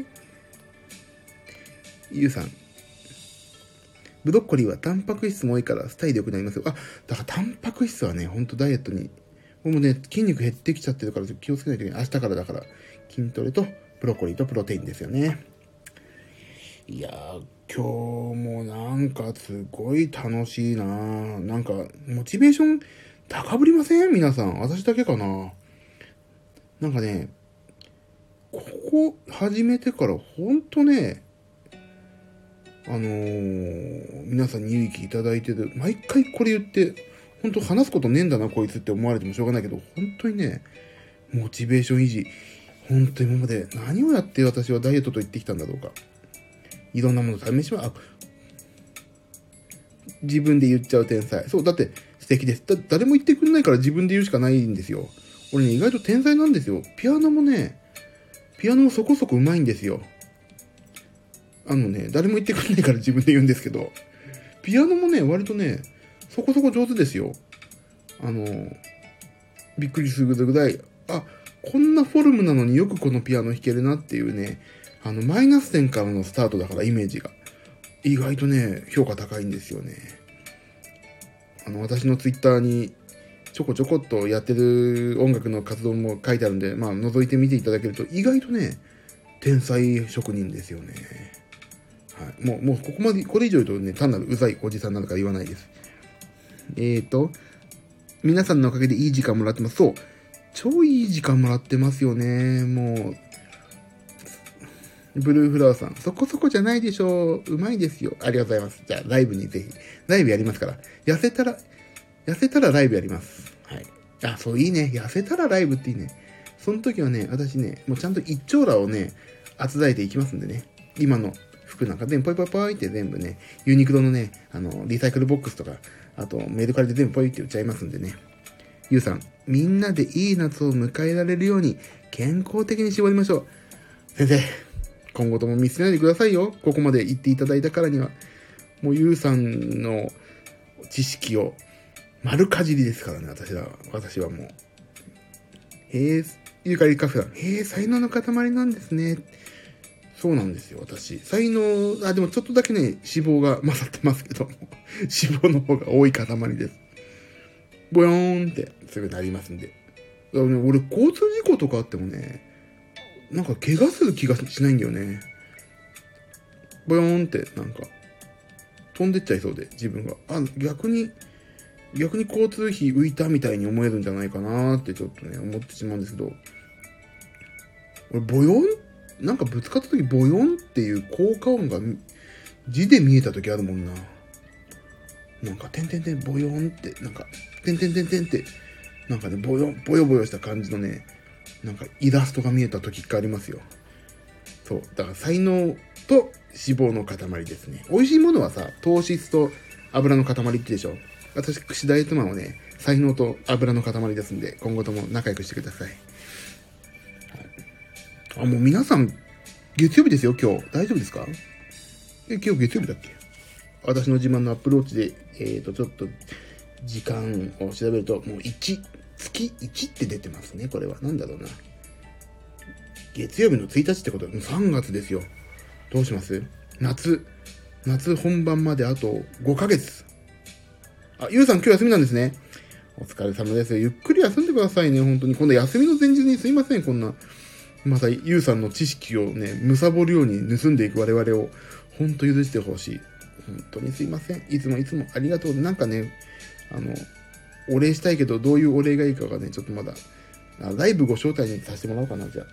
ーさん。ブロッコリーはタンパク質も多いからスタイル良くなりますよ。あ、だからタンパク質はね、ほんとダイエットに。もうね、筋肉減ってきちゃってるから気をつけないといけない。明日からだから、筋トレとブロッコリーとプロテインですよね。いやー、今日もなんかすごい楽しいなー。なんか、モチベーション高ぶりません？皆さん。私だけかな。なんかね、ここ始めてからほんとね、あのー、皆さんに勇気いただいてる。毎回これ言って、ほんと話すことねえんだなこいつって思われてもしょうがないけど、本当にね、モチベーション維持。本当に今まで何をやって私はダイエットと言ってきたんだろうか。いろんなもの試しま、あ、自分で言っちゃう天才。そう、だって素敵です。だ誰も言ってくれないから自分で言うしかないんですよ。俺ね、意外と天才なんですよ。ピアノもね、ピアノもそこそこ上手いんですよ。あのね、誰も言ってくれないから自分で言うんですけど、ピアノもね、割とね、そこそこ上手ですよ。あの、びっくりするぐらい、あ、こんなフォルムなのによくこのピアノ弾けるなっていうね、あの、マイナス点からのスタートだからイメージが。意外とね、評価高いんですよね。あの、私のツイッターにちょこちょこっとやってる音楽の活動も書いてあるんで、まあ、覗いてみていただけると、意外とね、天才職人ですよね。はい。もう、もう、ここまで、これ以上言うとね、単なるうざいおじさんなのから言わないです。えーと、皆さんのおかげでいい時間もらってます。そう。超いい時間もらってますよね。もう、ブルーフラワーさん、そこそこじゃないでしょう。うまいですよ。ありがとうございます。じゃあ、ライブにぜひ。ライブやりますから。痩せたら、痩せたらライブやります。はい。あ、そういいね。痩せたらライブっていいね。その時はね、私ね、もうちゃんと一丁羅をね、あつらえていきますんでね。今の服なんか全部ポイポイポイって全部ね、ユニクロのね、あの、リサイクルボックスとか、あとメルカリで全部ポイって売っちゃいますんでね。ゆうさん、みんなでいい夏を迎えられるように健康的に絞りましょう。先生、今後とも見捨てないでくださいよ。ここまで言っていただいたからには。もうゆうさんの知識を丸かじりですからね、私は。私はもう。へえ、ゆかりカフェさん。へえ、才能の塊なんですね。そうなんですよ、私。才能、あ、でもちょっとだけね、脂肪が勝ってますけども。脂肪の方が多い塊です。ボヨーンってすぐなりますんで。だからね、俺、交通事故とかあってもね、なんか怪我する気がしないんだよね。ボヨーンって、なんか、飛んでっちゃいそうで、自分が。あ、逆に、逆に交通費浮いたみたいに思えるんじゃないかなってちょっとね、思ってしまうんですけど、俺、ボヨンなんかぶつかった時、ボヨンっていう効果音が字で見えた時あるもんな。なんか、てんてんてん、ボヨンって、なんか、てんてんてんてんって、なんかね、ボヨ、ボヨボヨした感じのね、なんかイラストが見えた時がありますよ。そう。だから才能と脂肪の塊ですね。美味しいものはさ、糖質と油の塊ってでしょ。私、串ダイエットマンはね、才能と油の塊ですんで、今後とも仲良くしてください。はい、あ、もう皆さん、月曜日ですよ、今日。大丈夫ですか？え、今日月曜日だっけ？私の自慢のアップローチで、えーと、ちょっと、時間を調べると、もういち、月いちって出てますね、これは。なんだろうな。月曜日のついたちってことは、さんがつですよ。どうします？夏。夏本番まであとごかげつ。あ、ゆうさん今日休みなんですね。お疲れ様です。ゆっくり休んでくださいね、本当に。今度休みの前日にすいません、こんな。また、ゆうさんの知識をね、貪るように盗んでいく我々を、本当許してほしい。本当にすいません。いつもいつもありがとう。なんかね、あの、お礼したいけど、どういうお礼がいいかがね、ちょっとまだ、ライブご招待にさせてもらおうかな、じゃ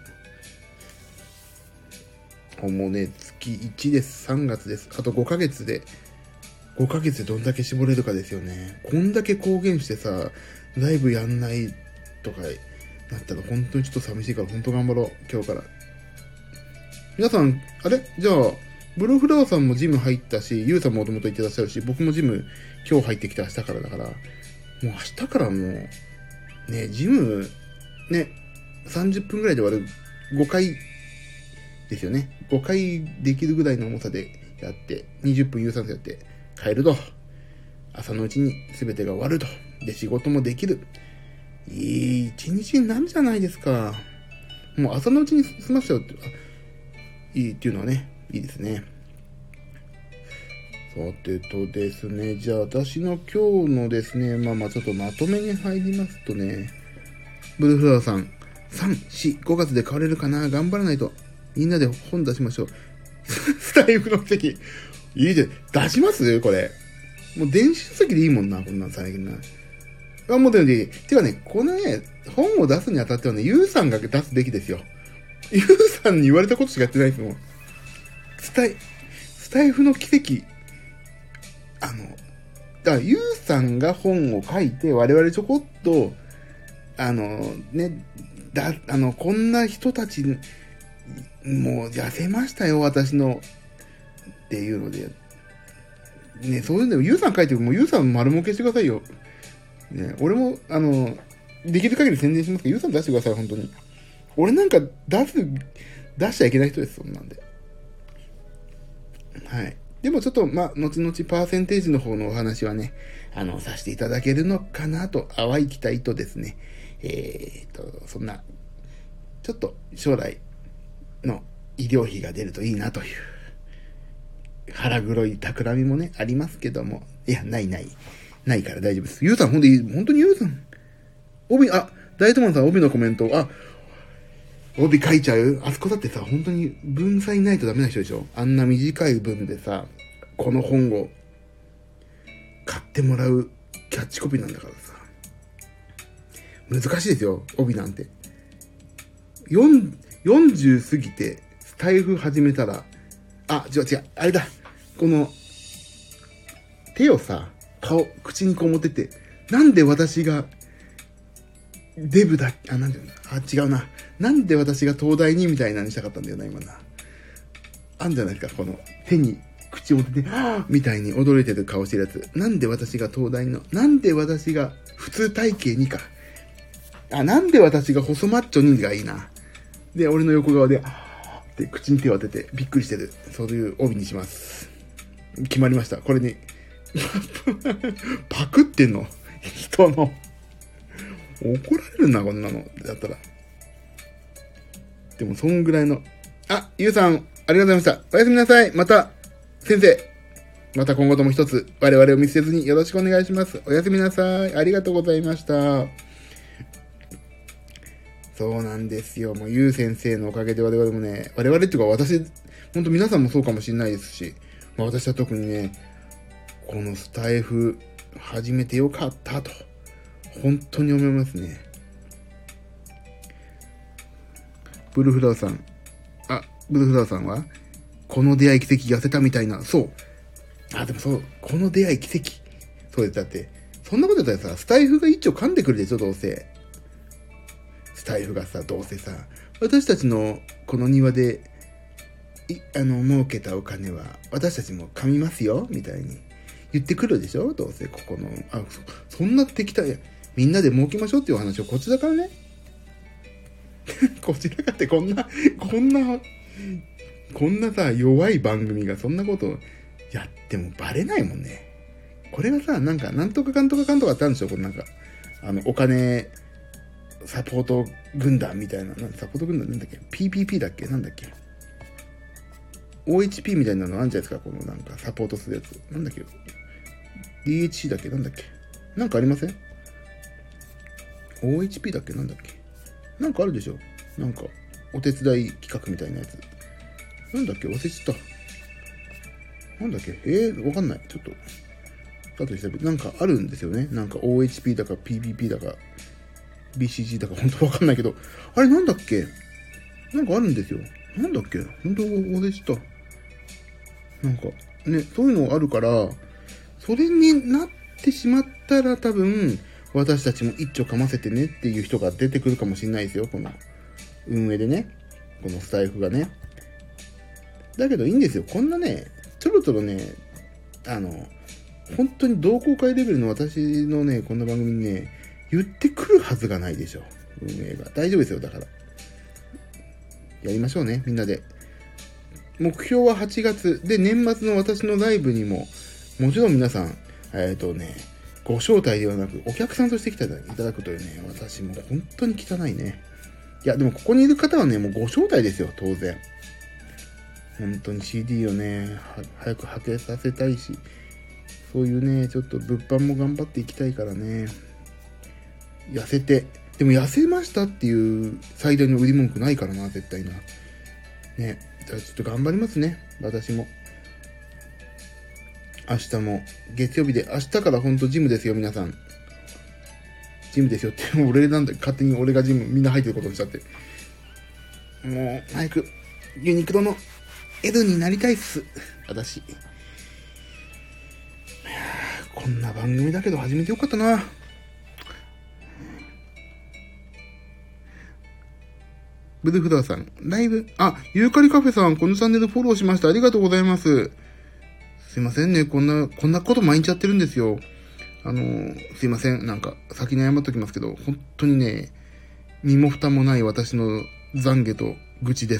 あ。もうね、月いちです。さんがつです。あとごかげつで、ごかげつでどんだけ絞れるかですよね。こんだけ公言してさ、ライブやんないとかなったら本当にちょっと寂しいから、本当頑張ろう。今日から。皆さん、あれじゃあ、ブルーフラワーさんもジム入ったし、ユウさんももともと行ってらっしゃるし、僕もジム今日入ってきた明日からだから、もう明日からもう、ね、ジム、ね、さんじゅっぷんぐらいで終わるごかいですよね。ごかいできるぐらいの重さでやって、にじゅっぷん有酸素やって帰ると。朝のうちに全てが終わると。で、仕事もできる。いい一日になるじゃないですか。もう朝のうちに済ませちゃうって、いいっていうのはね、いいですね。さてとですね、じゃあ私の今日のですね、まあまあちょっとまとめに入りますとね、ブルーフラワーさん、さん、よん、ごがつで買われるかな、頑張らないと。みんなで本出しましょう。スタイフの席。いいで、出しますこれ。もう電子書籍でいいもんな、こんなん最近な。あ、もうでもいい。てかね、このね、本を出すにあたってはね、ユウさんが出すべきですよ。ユウさんに言われたことしかやってないですもん。スタイ、スタイフの奇跡。あの、だからユウさんが本を書いて、我々ちょこっと、あの、ね、だ、あの、こんな人たち、もう痩せましたよ、私の。っていうので。ね、そういうのでも、ユウさん書いて、もうユウさん丸儲けしてくださいよ。ね、俺も、あの、できる限り宣伝しますけど、ユウさん出してください、本当に。俺なんか出す、出しちゃいけない人です、そんなんで。はい。でもちょっと、まあ、後々パーセンテージの方のお話はね、あの、させていただけるのかなと、淡い期待とですね、えーと、そんな、ちょっと将来の医療費が出るといいなという、腹黒い企みもね、ありますけども、いや、ないない。ないから大丈夫です。ゆうさん、ほんとに、本当にゆうさん。帯、あ、ダイエットマンさん、帯のコメント、あ、帯書いちゃう？あそこだってさ、本当に文才ないとダメな人でしょ？あんな短い文でさ、この本を買ってもらうキャッチコピーなんだからさ。難しいですよ、帯なんて。よんじゅう過ぎて、スタイフ始めたら、あ、違う違う、あれだ。この、手をさ、顔、口にこう持ってって、なんで私が、デブだ、あ、なんていうの、あ、違うな。なんで私が東大にみたいなのにしたかったんだよな、今な。あんじゃないですか、この、手に口を持ってて、はぁみたいに驚いてる顔してるやつ。なんで私が東大の、なんで私が普通体型にか。あ、なんで私が細マッチョにがいいな。で、俺の横側で、で、口に手を当ててびっくりしてる。そういう帯にします。決まりました。これに、パクってんの人の。怒られるな、こんなの。だったら。でも、そんぐらいの。あ、ゆうさん、ありがとうございました。おやすみなさい。また、先生。また今後とも一つ、我々を見捨てずによろしくお願いします。おやすみなさい。ありがとうございました。そうなんですよ。もう、ゆう先生のおかげで我々もね、我々っていうか私、ほんと皆さんもそうかもしれないですし、まあ私は特にね、このスタイフ始めてよかったと、本当に思いますね。ブルーフラワーさん。あ、ブルーフラワーさんはこの出会い奇跡痩せたみたいな。そう。あ、でもそう。この出会い奇跡。そうです。だって、そんなこと言ったらさ、スタイフが一丁噛んでくるでしょ、どうせ。スタイフがさ、どうせさ、私たちのこの庭で、い、あの、儲けたお金は、私たちも噛みますよ、みたいに言ってくるでしょ、どうせ、ここの、あ、そ、そんな敵対、みんなで儲けましょうっていう話をこちらからね。こちらかってこんな、こんな、こんなさ、弱い番組がそんなことやってもバレないもんね。これがさ、なんか、なんとかかんとかかんとかってあるんでしょ、このなんか、あの、お金、サポート軍団みたいな、なんサポート軍団なんだっけ ?ピーピーピー だっけなんだっけ ?オーエイチピー みたいなのあるんじゃないですか、このなんかサポートするやつ。なんだっけ ?ディーエイチシー だっけなんだっけなんかありません ?オーエイチピー だっけなんだっけなんかあるでしょなんか、お手伝い企画みたいなやつ。なんだっけ忘れちゃった。なんだっけえー、わかんない。ちょっと、あと調べて、なんかあるんですよね。なんか オーエイチピー だか ピーピーピー だか。ビーシージー だか本当わかんないけど、あれなんだっけなんかあるんですよ。なんだっけ本当忘れちゃった。なんか、ね、そういうのあるから、それになってしまったら多分、私たちも一丁かませてねっていう人が出てくるかもしれないですよ。この運営でね。このスタイフがね。だけどいいんですよ。こんなね、ちょろちょろね、あの、本当に同好会レベルの私のね、こんな番組にね、言ってくるはずがないでしょ。運営が。大丈夫ですよ、だから。やりましょうね、みんなで。 目標ははちがつで、年末の私のライブにももちろん皆さんえっとねご招待ではなくお客さんとして来ていただくというね、私も本当に汚いね。いやでもここにいる方はねもうご招待ですよ、当然。本当に シーディー をね早く履けさせたいし、そういうねちょっと物販も頑張っていきたいからね。痩せてでも痩せましたっていう最大の売り文句ないからな、絶対なね。じゃあちょっと頑張りますね、私も。明日も月曜日で、明日からほんとジムですよ皆さん。ジムですよって俺なんだ、勝手に俺がジムみんな入ってることにしちゃって、もう早くユニクロの L になりたいっす私。こんな番組だけど始めてよかったな。ブルフラーさん、ライブ、あ、ユーカリカフェさん、このチャンネルフォローしました。ありがとうございます。すいませんね、こんな、こんなこと毎日やってるんですよ。あの、すいません、なんか、先に謝っときますけど、本当にね、身も蓋もない私の懺悔と愚痴です。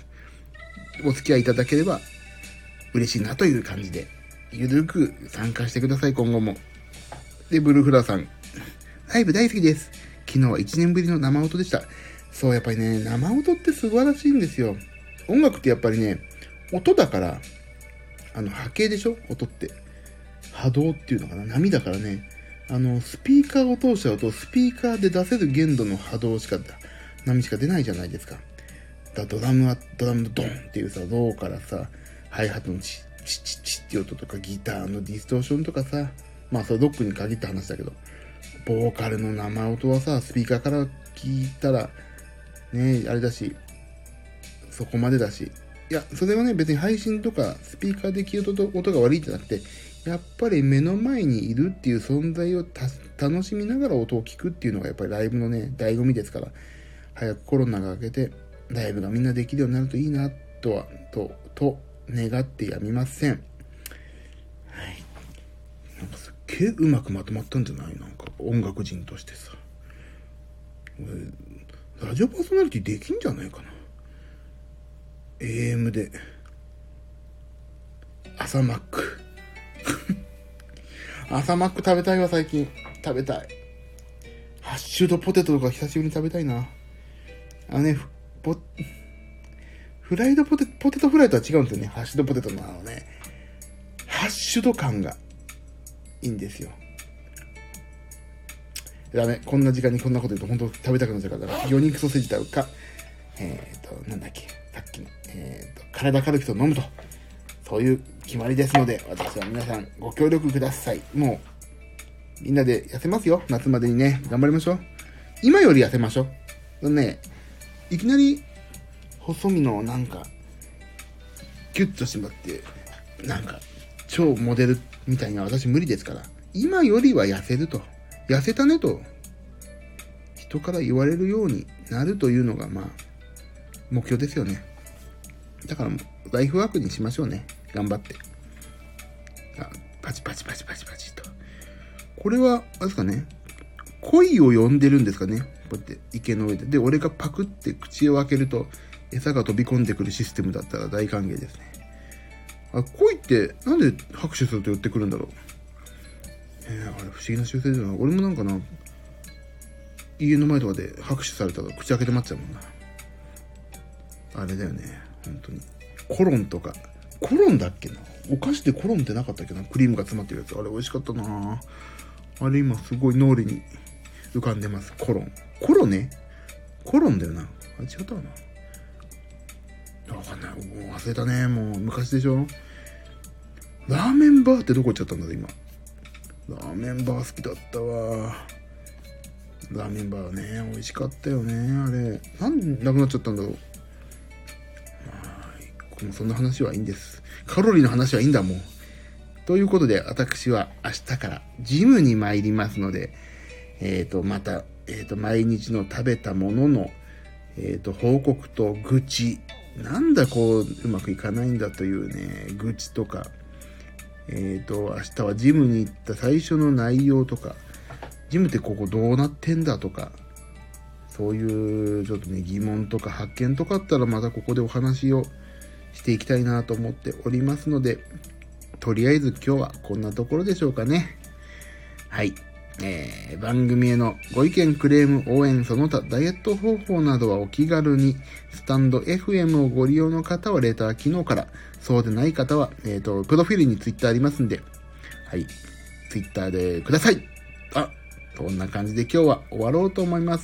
お付き合いいただければ嬉しいなという感じで、ゆるく参加してください、今後も。で、ブルフラーさん、ライブ大好きです。昨日はいちねんぶりの生音でした。そう、やっぱりね、生音って素晴らしいんですよ。音楽ってやっぱりね、音だから、あの、波形でしょ？音って。波動っていうのかな？波だからね。あの、スピーカーを通しちゃうと、スピーカーで出せる限度の波動しか、波しか出ないじゃないですか。だドラムは、ドラムのドンっていうさ、ローからさ、ハイハットのチッチッチッチッっていう音とか、ギターのディストーションとかさ、まあそれロックに限った話だけど、ボーカルの生音はさ、スピーカーから聞いたら、ねあれだし、そこまでだし、いや、それはね、別に配信とかスピーカーで聞くと音が悪いじゃなくて、やっぱり目の前にいるっていう存在を楽しみながら音を聞くっていうのがやっぱりライブのね、醍醐味ですから、早くコロナが明けて、ライブがみんなできるようになるといいな、とは、と、と、願ってやみません。はい。なんかすっげえうまくまとまったんじゃない？なんか音楽人としてさ。俺、ラジオパーソナリティできんじゃないかな。エーエム で朝マック朝マック食べたいわ。最近食べたい。ハッシュドポテトとか久しぶりに食べたいな。あのね、ポフライドポテトポテトフライとは違うんですよね。ハッシュドポテトのあのね、ハッシュド感がいいんですよ。ダメ、こんな時間にこんなこと言うと本当食べたくなっちゃうから、魚肉ソーセージ食うか、えっとなんだっけ、さっきのえっと体カルピスを飲むと、そういう決まりですので、私は皆さんご協力ください。もうみんなで痩せますよ。夏までにね、頑張りましょう。今より痩せましょう。ね、いきなり細身のなんかギュッとしまってなんか超モデルみたいな私無理ですから、今よりは痩せると、痩せたねと人から言われるようになるというのがまあ目標ですよね。だからライフワークにしましょうね。頑張って。あ、パチパチパチパチパチと。これはあれですかね。鯉を呼んでるんですかね。こうやって池の上で。で、俺がパクって口を開けると餌が飛び込んでくるシステムだったら大歓迎ですね。あ、鯉ってなんで拍手すると寄ってくるんだろう。えー、あれ不思議な習性だな。俺もなんかな、家の前とかで拍手されたら口開けて待っちゃうもんな。あれだよね、本当に。コロンとか、コロンだっけな。お菓子でコロンってなかったっけな。クリームが詰まってるやつ。あれ美味しかったな。あれ今すごい脳裏に浮かんでます。コロン。コロね。コロンだよな。あれ違ったかな。わかんない。もう忘れたね。もう昔でしょ。ラーメンバーってどこ行っちゃったんだろう今。ラーメンバー好きだったわ。ラーメンバーね、美味しかったよね。あれなんでなくなっちゃったんだろう。もうそんな話はいいんです。カロリーの話はいいんだもん。ということで、私は明日からジムに参りますので、えっと、また、えっと、毎日の食べたものの、えっと、報告と愚痴、なんだこう、うまくいかないんだというね、愚痴とか、えっと、明日はジムに行った最初の内容とか、ジムってここどうなってんだとか、そういうちょっとね、疑問とか発見とかあったらまたここでお話をしていきたいなと思っておりますので、とりあえず今日はこんなところでしょうかね。はい。えー、番組へのご意見、クレーム、応援、その他ダイエット方法などはお気軽に、スタンド エフエム をご利用の方はレター機能から、そうでない方は、えっと、プロフィールにツイッターありますんで、はい、ツイッターでください。あ、こんな感じで今日は終わろうと思います。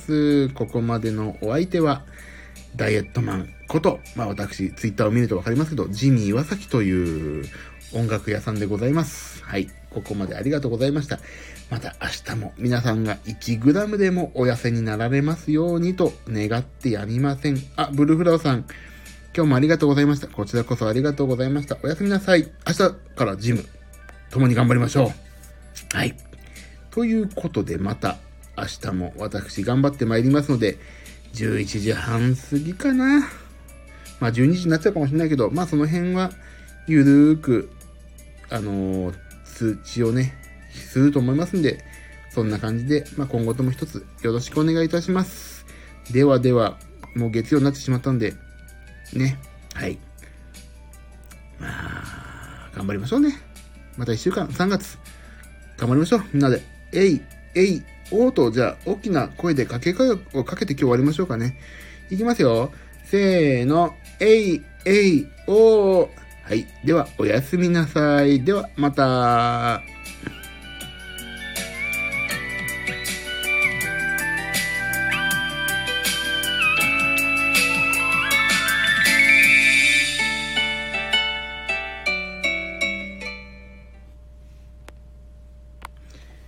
ここまでのお相手は、ダイエットマンこと、まあ私、ツイッターを見るとわかりますけど、ジミー岩崎という音楽屋さんでございます。はい、ここまでありがとうございました。また明日も皆さんがいちグラムでもお痩せになられますようにと願ってやみません。あ、ブルーフラワーさん、今日もありがとうございました。こちらこそありがとうございました。おやすみなさい。明日からジム、共に頑張りましょう。はい。ということでまた明日も私頑張ってまいりますので、じゅういちじはん過ぎかな。まあじゅうにじになっちゃうかもしれないけど、まあその辺はゆるーく、あのー、数値をね、すると思いますんで、そんな感じで、まあ、今後とも一つよろしくお願いいたします。ではでは、もう月曜になってしまったんで、ね、はい。まあ、頑張りましょうね。また一週間、さんがつ、頑張りましょう。みんなで、えい、えい、おーと、じゃあ、大きな声で掛け声をかけて今日終わりましょうかね。いきますよ。せーの、えい、えい、おー。はい。では、おやすみなさい。では、また。